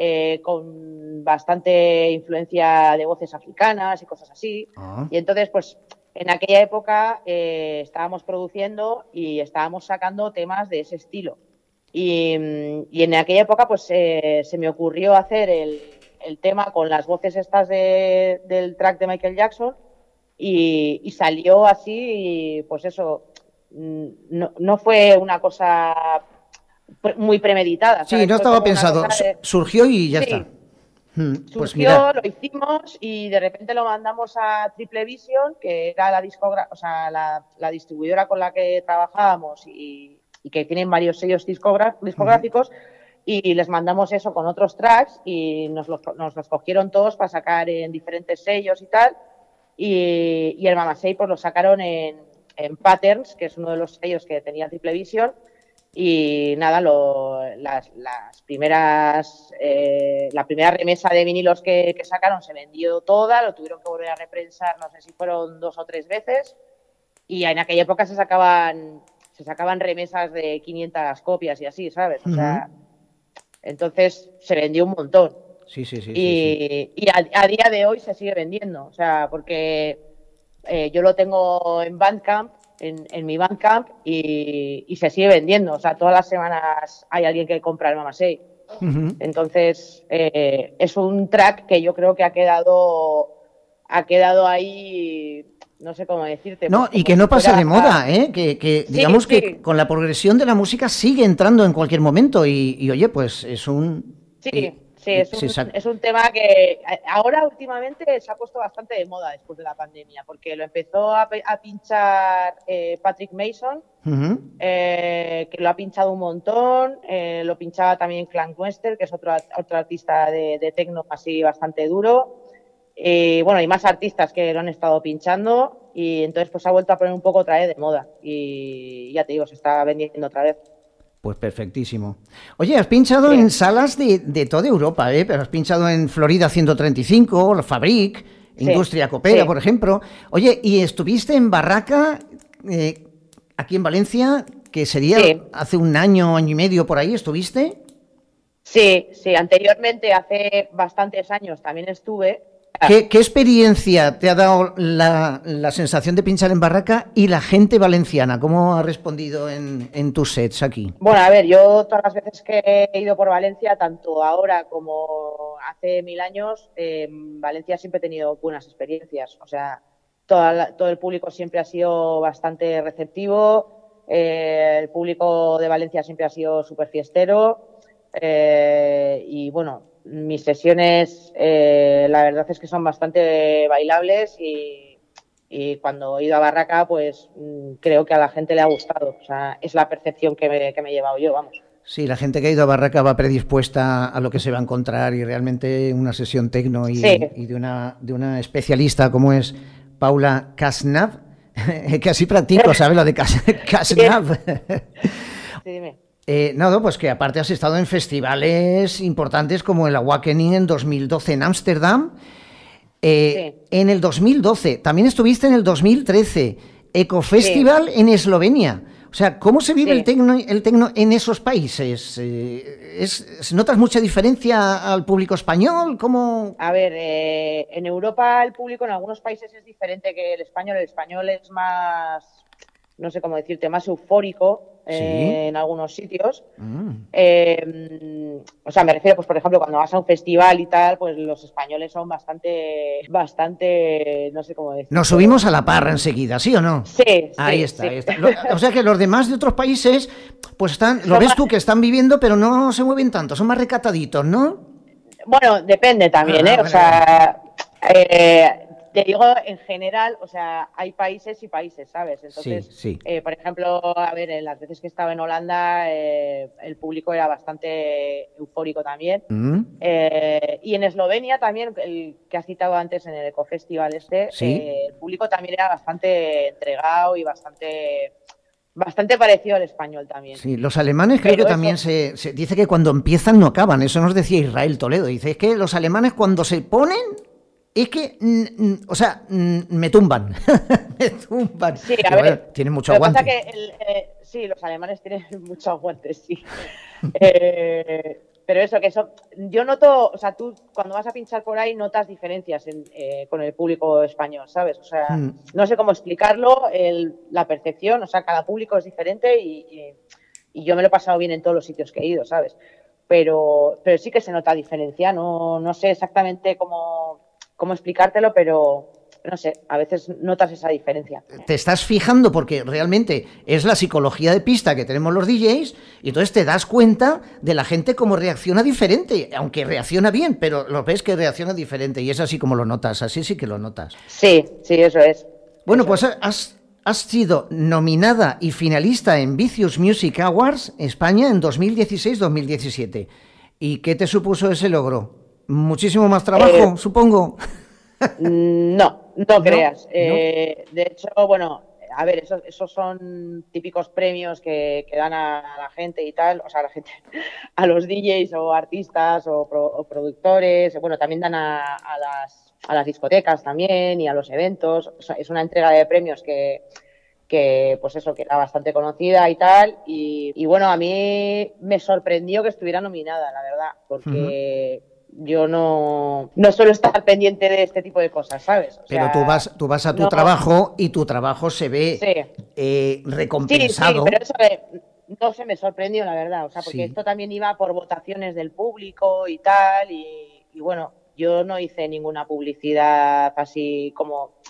con bastante influencia de voces africanas y cosas así. Y entonces, pues, en aquella época estábamos produciendo y estábamos sacando temas de ese estilo. Y en aquella época, pues, se me ocurrió hacer el tema con las voces estas del track de Michael Jackson y salió así, pues eso, no fue una cosa muy premeditada. Sí, ¿sabes? no Fue estaba como una pensado, cosa de- surgió y ya Sí. está. Pues Surgió, mira, lo hicimos y de repente lo mandamos a Triple Vision, que era la distribuidora con la que trabajábamos y que tienen varios sellos discográficos, y les mandamos eso con otros tracks y nos los cogieron todos para sacar en diferentes sellos y tal. Y el Mamasei pues lo sacaron en Patterns, que es uno de los sellos que tenía Triple Vision. Y nada, las primeras, la primera remesa de vinilos que sacaron se vendió toda, lo tuvieron que volver a reprensar, no sé si fueron 2 o 3 veces, y en aquella época se sacaban remesas de 500 copias y así, ¿sabes? O sea, entonces se vendió un montón. sí. Y a día de hoy se sigue vendiendo, o sea, porque yo lo tengo en Bandcamp, en mi Bandcamp y se sigue vendiendo. O sea, todas las semanas hay alguien que compra el Mamasei. Entonces, es un track que yo creo que ha quedado ahí, no sé cómo decirte. No, pues y que como no si pasa fuera- de moda, ¿eh? Que Sí, digamos sí. que con la progresión de la música sigue entrando en cualquier momento y oye, pues es un... Sí, Sí, es un tema que ahora últimamente se ha puesto bastante de moda después de la pandemia, porque lo empezó a pinchar Patrick Mason, que lo ha pinchado un montón, lo pinchaba también Clank Wester, que es otro artista de techno así bastante duro, y bueno, hay más artistas que lo han estado pinchando, y entonces pues se ha vuelto a poner un poco otra vez de moda, y ya te digo, se está vendiendo otra vez. Pues perfectísimo. Oye, has pinchado en salas de toda Europa, ¿eh? Pero has pinchado en Florida 135, la Fabric, Industria Copera, por ejemplo. Oye, ¿y estuviste en Barraca, aquí en Valencia, que sería hace un año y medio por ahí, estuviste? Sí, anteriormente, hace bastantes años, también estuve. ¿Qué experiencia te ha dado la sensación de pinchar en Barraca y la gente valenciana? ¿Cómo ha respondido en tus sets aquí? Bueno, a ver, yo todas las veces que he ido por Valencia, tanto ahora como hace 1000 años, Valencia siempre he tenido buenas experiencias. O sea, todo el público siempre ha sido bastante receptivo, el público de Valencia siempre ha sido súper fiestero y bueno, mis sesiones la verdad es que son bastante bailables y cuando he ido a Barraca pues creo que a la gente le ha gustado, o sea, es la percepción que me he llevado yo, vamos. Sí, la gente que ha ido a Barraca va predispuesta a lo que se va a encontrar y realmente una sesión tecno y de una especialista como es Paula Kasnav, que así practico, ¿sabes? Lo de Kasnav. Sí, dime. No, pues que aparte has estado en festivales importantes como el Awakening en 2012 en Ámsterdam, en el 2012, también estuviste en el 2013, Ecofestival en Eslovenia. O sea, ¿cómo se vive el tecno en esos países? ¿Notas mucha diferencia al público español? ¿Cómo? A ver, en Europa el público en algunos países es diferente que el español. El español es más, no sé cómo decirte, más eufórico en algunos sitios. O sea, me refiero, pues por ejemplo, cuando vas a un festival y tal, pues los españoles son bastante, no sé cómo decirlo. Nos subimos a la parra enseguida, ¿sí o no? Sí. Ahí está. O sea que los demás de otros países, pues lo ves tú que están viviendo, pero no se mueven tanto, son más recataditos, ¿no? Bueno, depende también, O sea, te digo en general, o sea, hay países y países, ¿sabes? Entonces, por ejemplo, a ver, en las veces que estaba en Holanda, el público era bastante eufórico también. Y en Eslovenia también, el que has citado antes en el Ecofestival el público también era bastante entregado y bastante parecido al español también. Sí, los alemanes creo que también se dice que cuando empiezan no acaban, eso nos decía Israel Toledo, dice, es que los alemanes cuando se ponen, es que, o sea, me tumban, me tumban. Sí, a ver, tienen mucho aguante. Lo que pasa que sí, los alemanes tienen mucho aguante, sí. Pero yo noto, o sea, tú cuando vas a pinchar por ahí notas diferencias con el público español, ¿sabes? O sea, no sé cómo explicarlo, la percepción, o sea, cada público es diferente y yo me lo he pasado bien en todos los sitios que he ido, ¿sabes? Pero sí que se nota diferencia, no sé exactamente cómo explicártelo, pero no sé, a veces notas esa diferencia. Te estás fijando porque realmente es la psicología de pista que tenemos los DJs y entonces te das cuenta de la gente cómo reacciona diferente, aunque reacciona bien, pero lo ves que reacciona diferente y es así como lo notas, así sí que lo notas. Sí, eso es. Bueno, pues has sido nominada y finalista en Vicious Music Awards España en 2016-2017. ¿Y qué te supuso ese logro? ¿Muchísimo más trabajo, supongo? No creas. De hecho, bueno, a ver, esos son típicos premios que dan a la gente y tal, o sea, a los DJs o artistas o productores, bueno, también dan a las discotecas también y a los eventos. O sea, es una entrega de premios que pues eso, que era bastante conocida y tal, y bueno, a mí me sorprendió que estuviera nominada, la verdad, porque yo no suelo estar pendiente de este tipo de cosas, ¿sabes? O pero sea, tú vas a tu trabajo y tu trabajo se ve recompensado. Sí, pero eso no se me sorprendió, la verdad, o sea, porque esto también iba por votaciones del público y tal, y bueno, yo no hice ninguna publicidad así como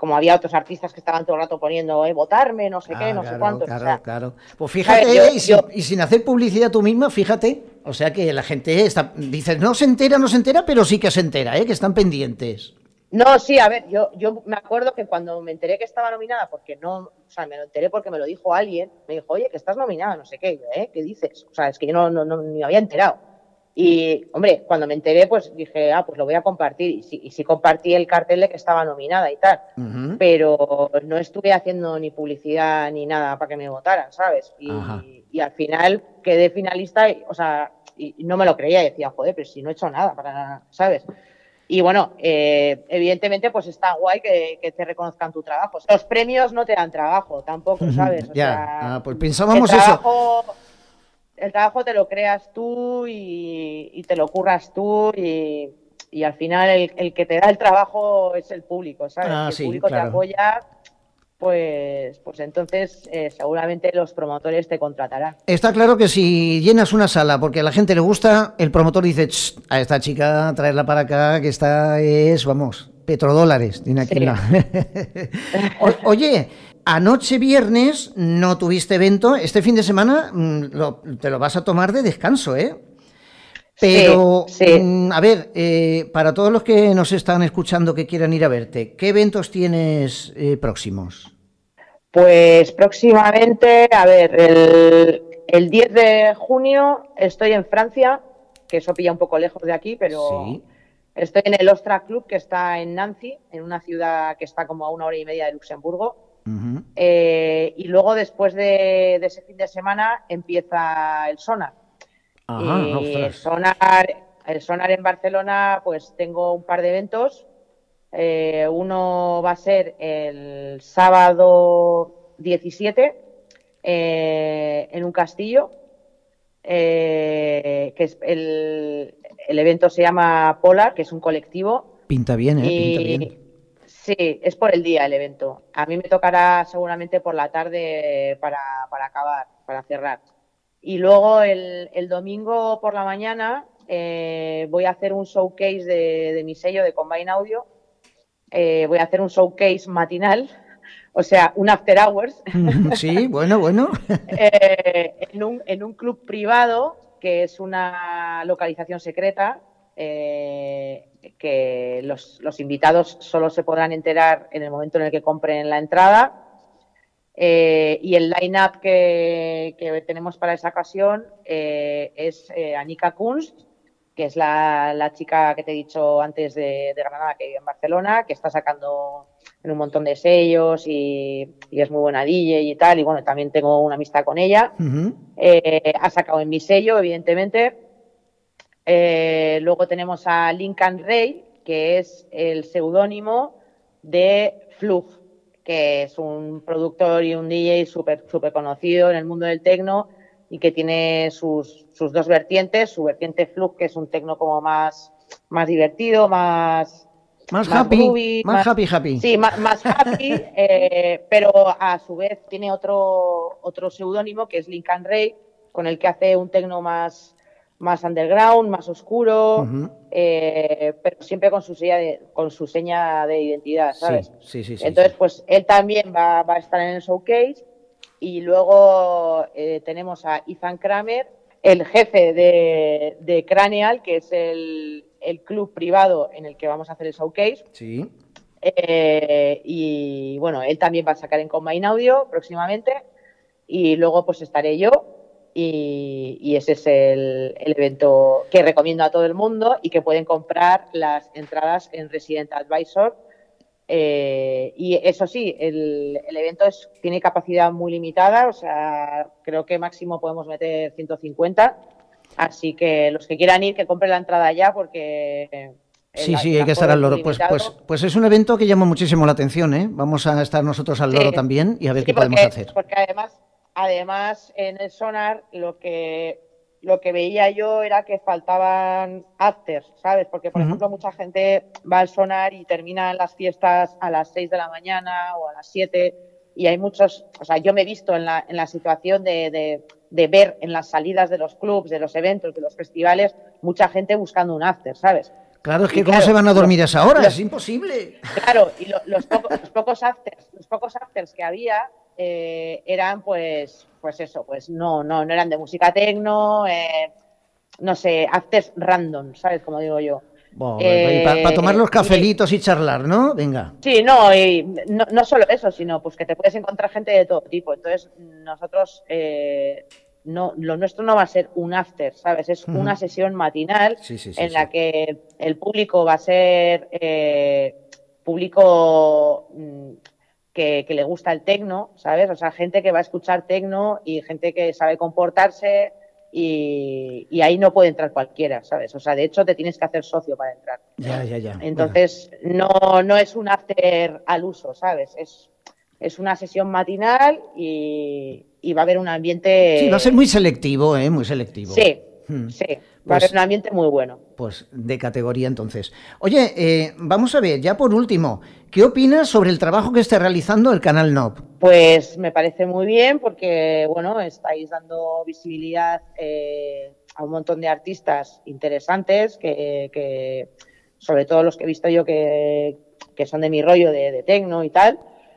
como había otros artistas que estaban todo el rato poniendo, votarme, no sé qué, no sé claro, cuántos. claro, o sea, claro. Pues fíjate, ¿sabes? y sin hacer publicidad tú misma, fíjate, o sea que la gente dice, no se entera, pero sí que se entera, que están pendientes. No, sí, a ver, yo me acuerdo que cuando me enteré que estaba nominada, porque no, o sea, me lo enteré porque me lo dijo alguien, me dijo, oye, que estás nominada, no sé qué, yo, ¿qué dices? O sea, es que yo no ni me había enterado. Y, hombre, cuando me enteré, pues dije, pues lo voy a compartir. Y sí compartí el cartel de que estaba nominada y tal. Ujú. Pero no estuve haciendo ni publicidad ni nada para que me votaran, ¿sabes? Ajá. Y al final quedé finalista, o sea, y no me lo creía. Y decía, joder, pero si no he hecho nada para, ¿sabes? Y bueno, evidentemente, pues está guay que te reconozcan tu trabajo. Los premios no te dan trabajo tampoco, ¿sabes? O sea, pues pensábamos eso. El trabajo te lo creas tú y te lo curras tú y al final el que te da el trabajo es el público, ¿sabes? Si el público te apoya, pues entonces seguramente los promotores te contratarán. Está claro que si llenas una sala porque a la gente le gusta, el promotor dice, a esta chica traerla para acá, que esta es, vamos, petrodólares, tiene aquí Oye, anoche viernes no tuviste evento, este fin de semana te lo vas a tomar de descanso, Pero, a ver, para todos los que nos están escuchando que quieran ir a verte, ¿qué eventos tienes próximos? Pues próximamente, a ver, el 10 de junio estoy en Francia, que eso pilla un poco lejos de aquí, pero sí. Estoy en el Ostra Club, que está en Nancy, en una ciudad que está como a 1 hora y media de Luxemburgo. Uh-huh. Y luego, después de ese fin de semana, empieza el Sonar. Ajá, y el Sonar en Barcelona, pues tengo un par de eventos. Uno va a ser el sábado 17 en un castillo, que es el evento se llama Polar, que es un colectivo. Pinta bien, pinta bien. Sí, es por el día el evento. A mí me tocará seguramente por la tarde para acabar, para cerrar. Y luego el domingo por la mañana voy a hacer un showcase de mi sello de Combine Audio. Voy a hacer un showcase matinal, o sea, un after hours. Sí, bueno. en un club privado, que es una localización secreta, que los invitados solo se podrán enterar en el momento en el que compren la entrada. Y el line-up que tenemos para esa ocasión es Anika Kunst, que es la chica que te he dicho antes de Granada, que vive en Barcelona, que está sacando en un montón de sellos y es muy buena DJ y tal, y bueno, también tengo una amistad con ella. Uh-huh. Ha sacado en mi sello, evidentemente. Luego tenemos a Lincoln Ray, que es el seudónimo de Flug, que es un productor y un DJ súper conocido en el mundo del techno y que tiene sus dos vertientes, su vertiente Flug, que es un techno como más divertido, más happy, groovy, más happy. Sí, más happy, pero a su vez tiene otro seudónimo que es Lincoln Ray, con el que hace un techno más underground, más oscuro, uh-huh. Pero siempre con su seña de identidad, ¿sabes? Sí. Entonces, pues él también va a estar en el showcase. Y luego tenemos a Ethan Kramer, el jefe de Cranial, que es el club privado en el que vamos a hacer el showcase. Sí. Y bueno, él también va a sacar en Combine Audio próximamente. Y luego pues estaré yo. Y ese es el evento que recomiendo a todo el mundo y que pueden comprar las entradas en Resident Advisor. Y eso sí, el evento tiene capacidad muy limitada, o sea, creo que máximo podemos meter 150, así que los que quieran ir, que compren la entrada ya, porque... Sí, hay que estar al loro. Pues es un evento que llama muchísimo la atención, ¿eh? Vamos a estar nosotros al loro también y a ver qué podemos hacer. Porque además en el Sonar lo que veía yo era que faltaban afters, ¿sabes? Porque, por ejemplo, mucha gente va al Sonar y termina las fiestas a las 6 de la mañana o a las 7 y hay muchos... O sea, yo me he visto en la situación de ver en las salidas de los clubs, de los eventos, de los festivales, mucha gente buscando un after, ¿sabes? Claro, es que Y ¿cómo claro, se van a dormir a esa hora? lo- Es imposible. Claro, y los pocos afters que había eran pues eso, pues no eran de música techno, no sé, afters random, ¿sabes? Como digo yo. Para tomar los Y- cafelitos y charlar, ¿no? Venga. Sí, no, y no solo eso, sino pues que te puedes encontrar gente de todo tipo. Entonces, nosotros, no, lo nuestro no va a ser un after, ¿sabes? Es Ujú. una sesión matinal Sí, en la que el público va a ser público que le gusta el tecno, ¿sabes? O sea, gente que va a escuchar tecno y gente que sabe comportarse y ahí no puede entrar cualquiera, ¿sabes? O sea, de hecho, te tienes que hacer socio para entrar. Ya. Entonces, no es un after al uso, ¿sabes? Es una sesión matinal y va a haber un ambiente... Sí, va a ser muy selectivo, ¿eh? Muy selectivo. Sí, Hmm. sí. Va a Pues- haber un ambiente muy bueno. Pues de categoría entonces. Oye, vamos a ver, ya por último, ¿qué opinas sobre el trabajo que está realizando el canal NOB? Pues me parece muy bien porque, bueno, estáis dando visibilidad a un montón de artistas interesantes que sobre todo los que he visto yo que son de mi rollo de tecno y tal.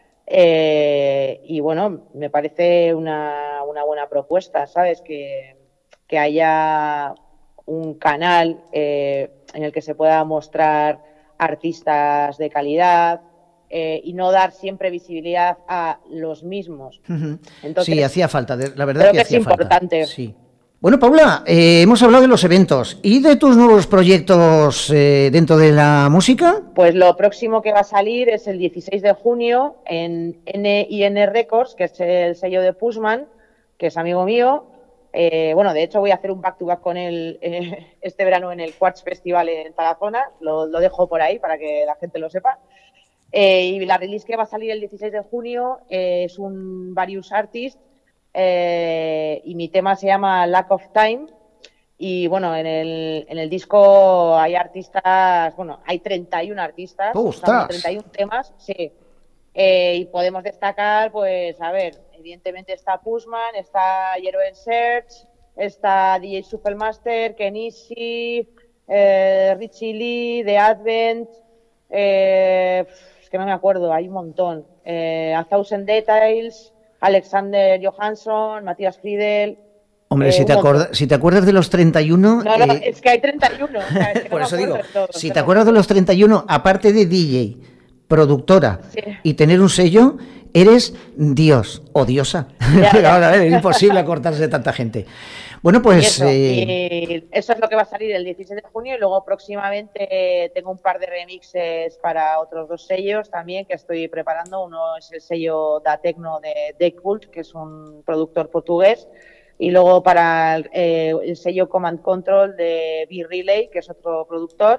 Y bueno, me parece una buena propuesta, ¿sabes? Que haya un canal en el que se pueda mostrar artistas de calidad y no dar siempre visibilidad a los mismos. Ujú. Entonces, Sí, hacía falta, la verdad creo que que es hacía falta. importante. Sí. Bueno, Paula, hemos hablado de los eventos y de tus nuevos proyectos dentro de la música. Pues lo próximo que va a salir es el 16 de junio en NIN Records, que es el sello de Pushman, que es amigo mío. Bueno, de hecho voy a hacer un back-to-back con él este verano en el Quartz Festival en Tarazona. Lo dejo por ahí para que la gente lo sepa. Y la release que va a salir el 16 de junio es un Various Artist y mi tema se llama Lack of Time. Y bueno, en el disco hay artistas, bueno, hay 31 artistas, o sea, ¡Ostras! 31 temas, sí. Y podemos destacar, pues, a ver, evidentemente está Pushman, está Hero en Search, está DJ Supermaster, Kenichi, Richie Lee, The Advent, es que no me acuerdo, hay un montón. A Thousand Details, Alexander Johansson, Matías Friedel. Hombre, un montón. si te acuerdas de los 31... No, es que hay 31. O sea, es que por no eso me digo, acuerdo de todos, si te pero- acuerdas de los 31, aparte de DJ, productora Sí. y tener un sello, eres Dios o diosa. Ya. Pero ahora, a ver, es imposible acortarse de tanta gente. Bueno, Y pues... eso es lo que va a salir el 16 de junio y luego próximamente tengo un par de remixes para otros dos sellos también que estoy preparando. Uno es el sello Da Tecno de Deckkult, que es un productor portugués, y luego para el sello Command Control de B-Relay, que es otro productor.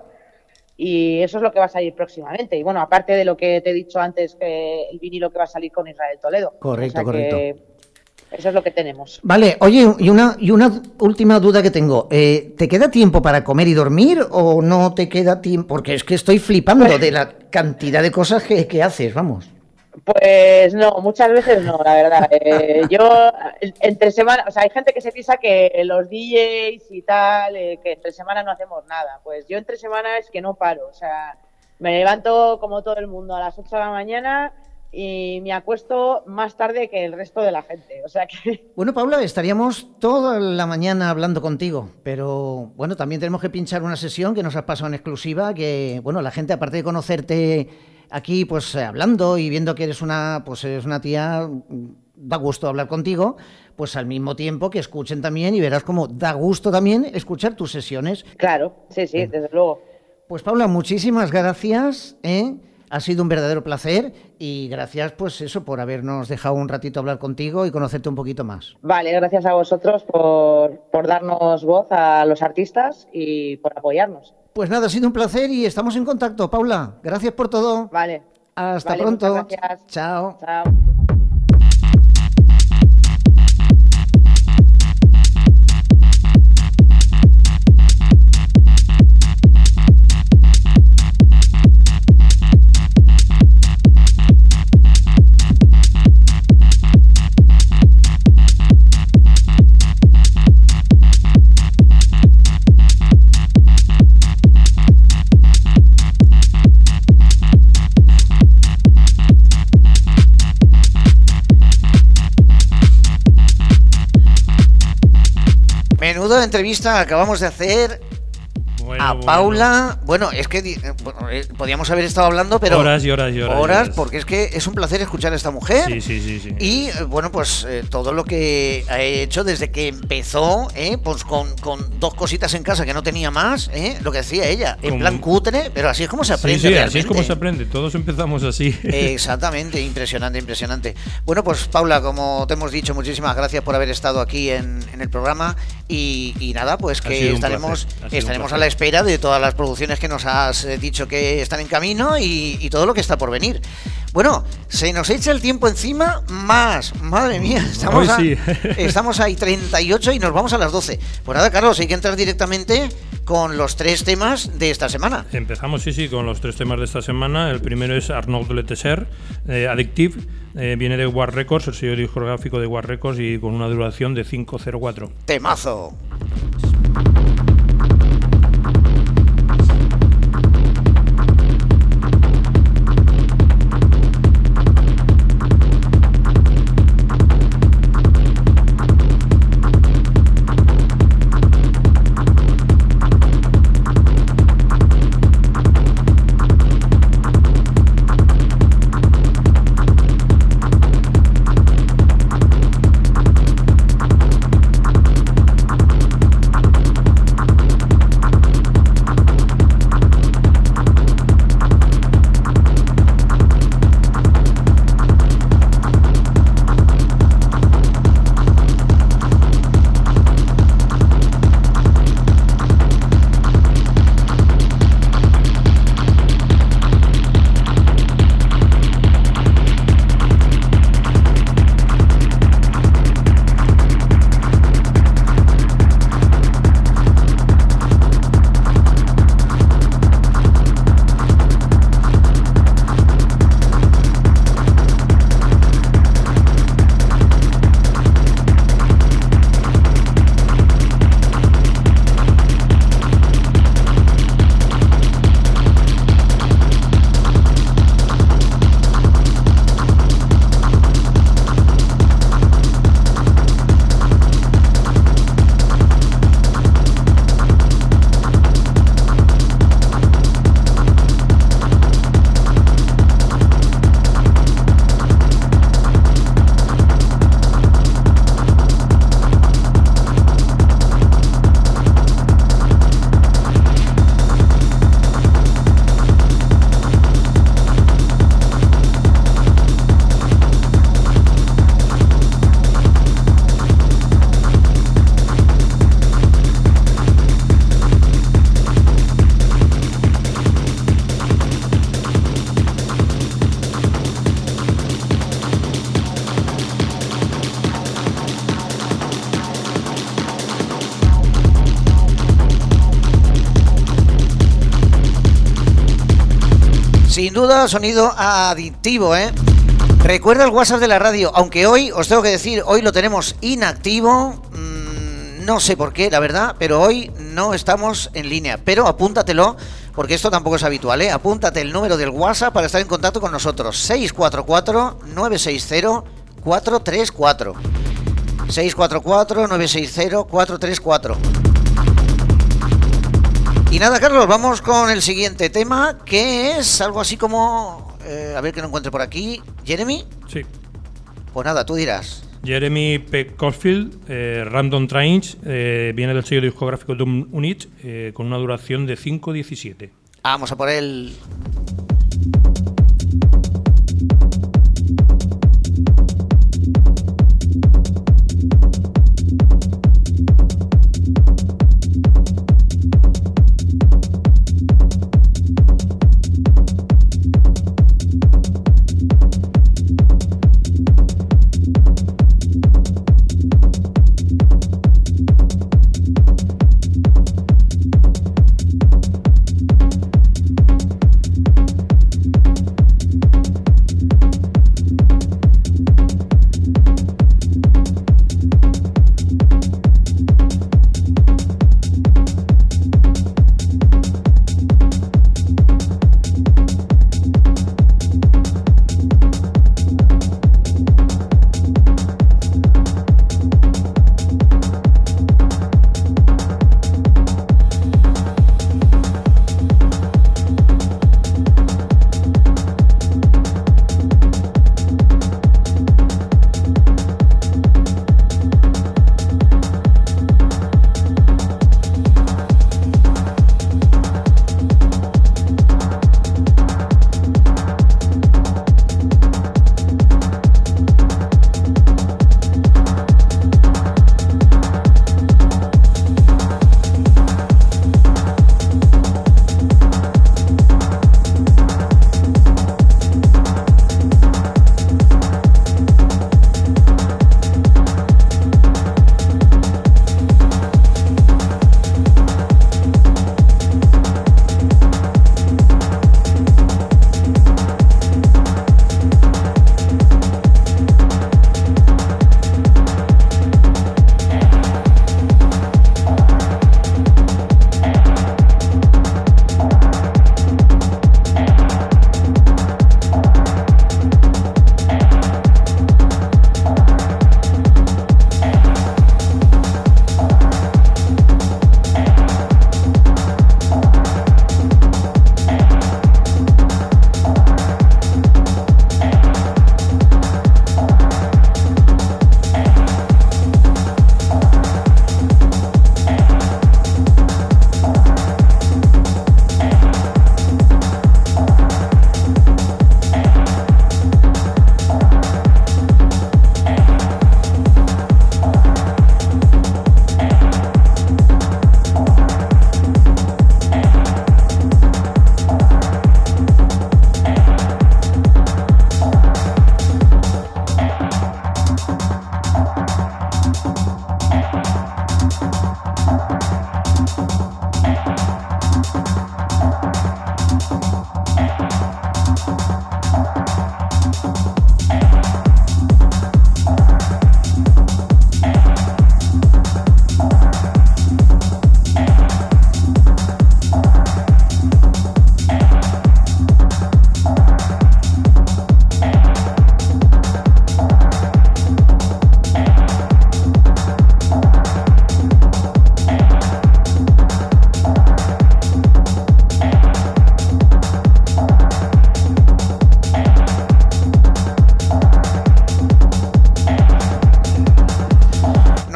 Y eso es lo que va a salir próximamente. Y bueno, aparte de lo que te he dicho antes, que el vinilo que va a salir con Israel Toledo. Correcto, O sea que correcto. eso es lo que tenemos. Vale, oye, y una última duda que tengo. ¿Te queda tiempo para comer y dormir o no te queda tiempo? Porque es que estoy flipando de la cantidad de cosas que haces, vamos. Pues no, muchas veces no, la verdad. Yo, entre semana, o sea, hay gente que se piensa que los DJs y tal, que entre semana no hacemos nada. Pues yo entre semana es que no paro. O sea, me levanto como todo el mundo a las 8 de la mañana y me acuesto más tarde que el resto de la gente. O sea que... Bueno, Paula, estaríamos toda la mañana hablando contigo, pero bueno, también tenemos que pinchar una sesión que nos has pasado en exclusiva, que bueno, la gente, aparte de conocerte aquí, pues hablando y viendo que eres una tía, da gusto hablar contigo, pues al mismo tiempo que escuchen también y verás cómo da gusto también escuchar tus sesiones. Claro, sí, desde luego. Pues Paula, muchísimas gracias, ha sido un verdadero placer y gracias, pues eso, por habernos dejado un ratito hablar contigo y conocerte un poquito más. Vale, gracias a vosotros por darnos voz a los artistas y por apoyarnos. Pues nada, ha sido un placer y estamos en contacto, Paula. Gracias por todo. Vale. Hasta Vale, pronto. muchas gracias. Chao. Chao. menuda entrevista acabamos de hacer a Paula. Bueno, es que podíamos haber estado hablando, pero horas y horas y horas. Horas, porque es que es un placer escuchar a esta mujer. Sí. Y bueno, pues todo lo que ha hecho desde que empezó, pues con 2 cositas en casa que no tenía más, lo que decía ella, en plan cutre, pero así es como se aprende. Sí, realmente. así es como se aprende. Todos empezamos así. Exactamente, impresionante. Bueno, pues Paula, como te hemos dicho, muchísimas gracias por haber estado aquí en el programa y nada, pues que estaremos a la espera de todas las producciones que nos has dicho que están en camino y todo lo que está por venir. Bueno, se nos echa el tiempo encima más. Madre mía, estamos ahí 38 y nos vamos a las 12. Pues nada, Carlos, hay que entrar directamente con los 3 temas de esta semana. Empezamos, con los 3 temas de esta semana. El primero es Arnaud Le Tesser, Addictive. Viene de War Records, el sello discográfico de War Records, y con una duración de 5:04. ¡Temazo! Sin duda, sonido adictivo, ¿eh? Recuerda el WhatsApp de la radio, aunque hoy, os tengo que decir, hoy lo tenemos inactivo. No sé por qué, la verdad, pero hoy no estamos en línea. Pero apúntatelo, porque esto tampoco es habitual, ¿eh? Apúntate el número del WhatsApp para estar en contacto con nosotros. 644-960-434. 644-960-434. Y nada, Carlos, vamos con el siguiente tema, que es algo así como... a ver que lo encuentre por aquí. ¿Jeremy? Sí. Pues nada, tú dirás. Jeremy P. Caulfield, Random Trains, viene del sello discográfico Doom Unit, con una duración de 5:17. Vamos a por él.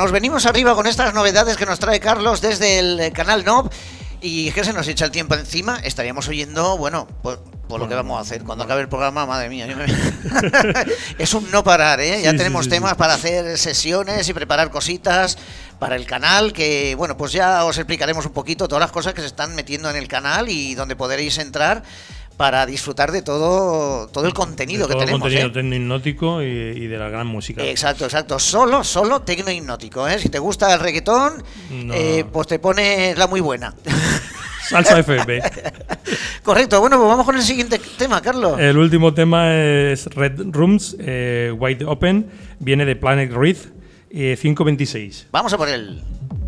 venimos arriba con estas novedades que nos trae Carlos desde el canal NOB. Y es que se nos echa el tiempo encima. Estaríamos oyendo, bueno, por lo que vamos a hacer cuando acabe el programa, madre mía. Es un no parar, ¿eh? Ya tenemos temas para hacer sesiones y preparar cositas para el canal, que bueno, pues ya os explicaremos un poquito todas las cosas que se están metiendo en el canal y donde podréis entrar para disfrutar de todo el contenido que tenemos. Todo el contenido tecno-hipnótico y de la gran música. Exacto. Solo tecno-hipnótico, ¿eh? Si te gusta el reggaetón, pues te pones la muy buena. Salsa FB. Correcto. Bueno, pues vamos con el siguiente tema, Carlos. El último tema es Red Rooms, Wide Open. Viene de Planet Reed, 526. Vamos a por él.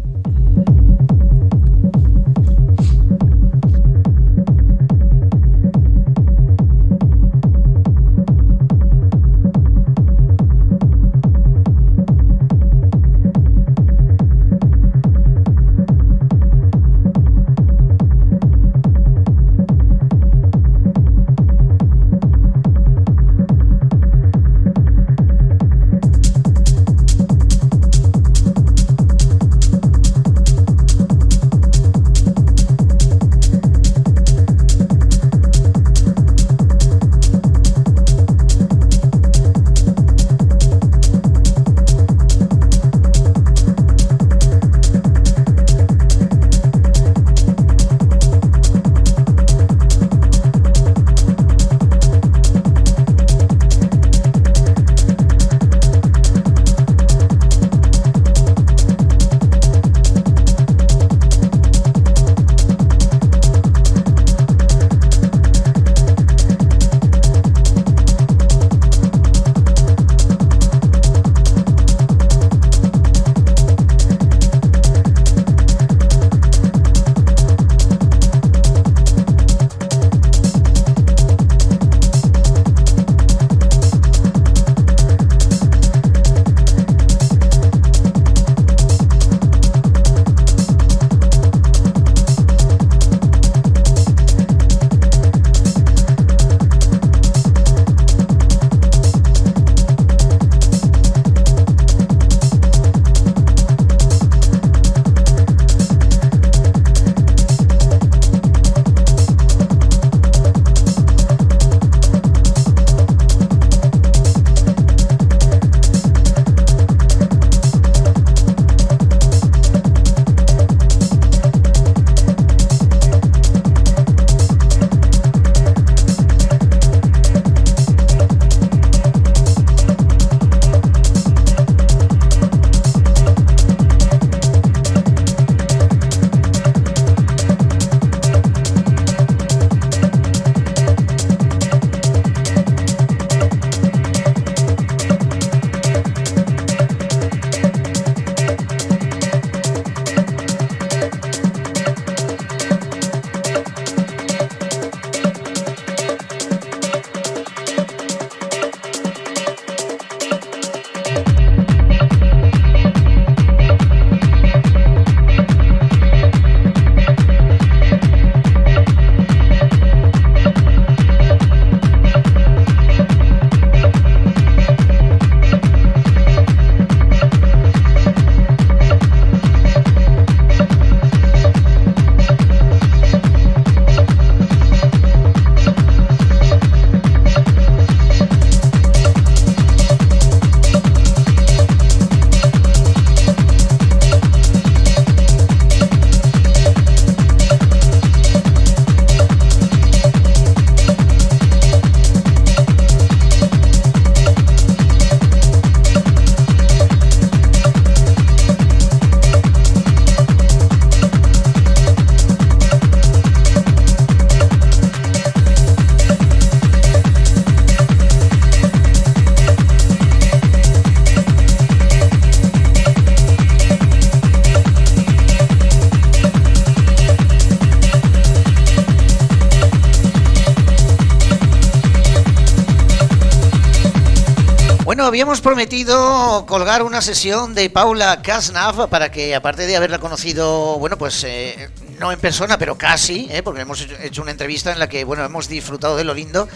Bueno, habíamos prometido colgar una sesión de Paula Kasnav para que, aparte de haberla conocido, bueno, pues no en persona, pero casi, porque hemos hecho una entrevista en la que, bueno, hemos disfrutado de lo lindo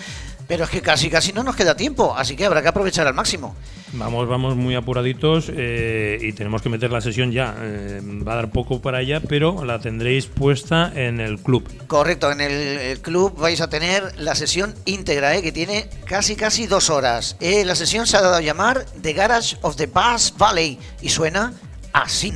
Pero es que casi no nos queda tiempo, así que habrá que aprovechar al máximo. Vamos muy apuraditos y tenemos que meter la sesión ya. Va a dar poco para ella, pero la tendréis puesta en el club. Correcto, en el club vais a tener la sesión íntegra, que tiene casi 2 horas. La sesión se ha dado a llamar The Garage of the Bass Valley y suena así.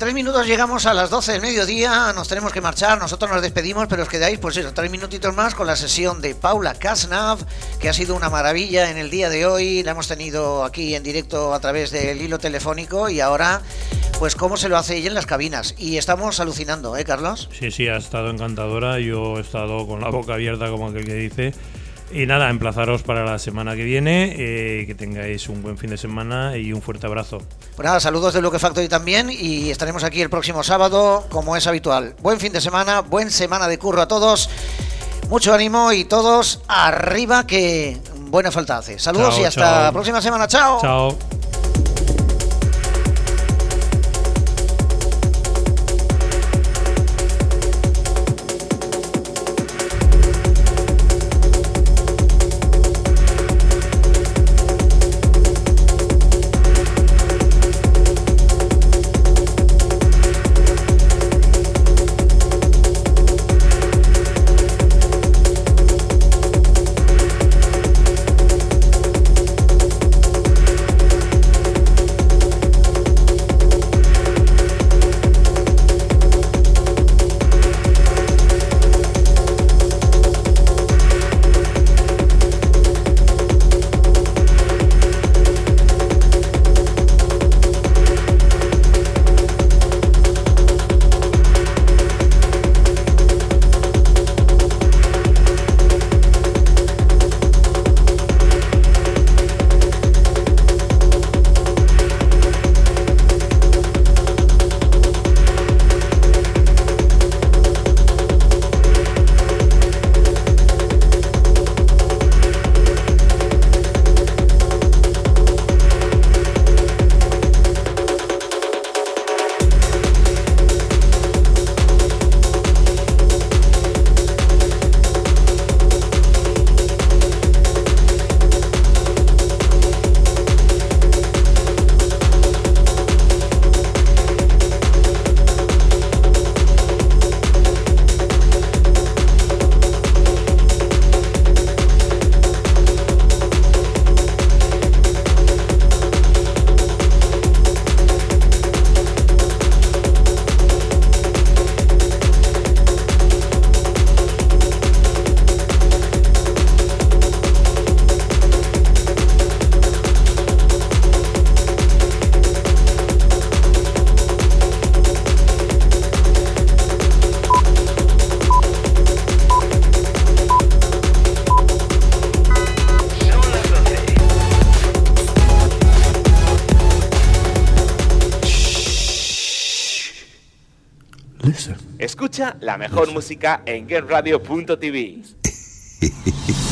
3 minutos llegamos a las 12 del mediodía, nos tenemos que marchar, nosotros nos despedimos, pero os quedáis, pues eso, 3 minutitos más con la sesión de Paula Kasnav, que ha sido una maravilla en el día de hoy, la hemos tenido aquí en directo a través del hilo telefónico y ahora, pues cómo se lo hace ella en las cabinas. Y estamos alucinando, ¿eh, Carlos? Sí, ha estado encantadora, yo he estado con la boca abierta, como aquel que dice. Y nada, emplazaros para la semana que viene, que tengáis un buen fin de semana y un fuerte abrazo. Pues nada, saludos de Luke Factory también y estaremos aquí el próximo sábado, como es habitual. Buen fin de semana, buen semana de curro a todos, mucho ánimo y todos arriba, que buena falta hace. Saludos y hasta la próxima semana. ¡Chao! Chao. Escucha la mejor música en GameRadio.tv.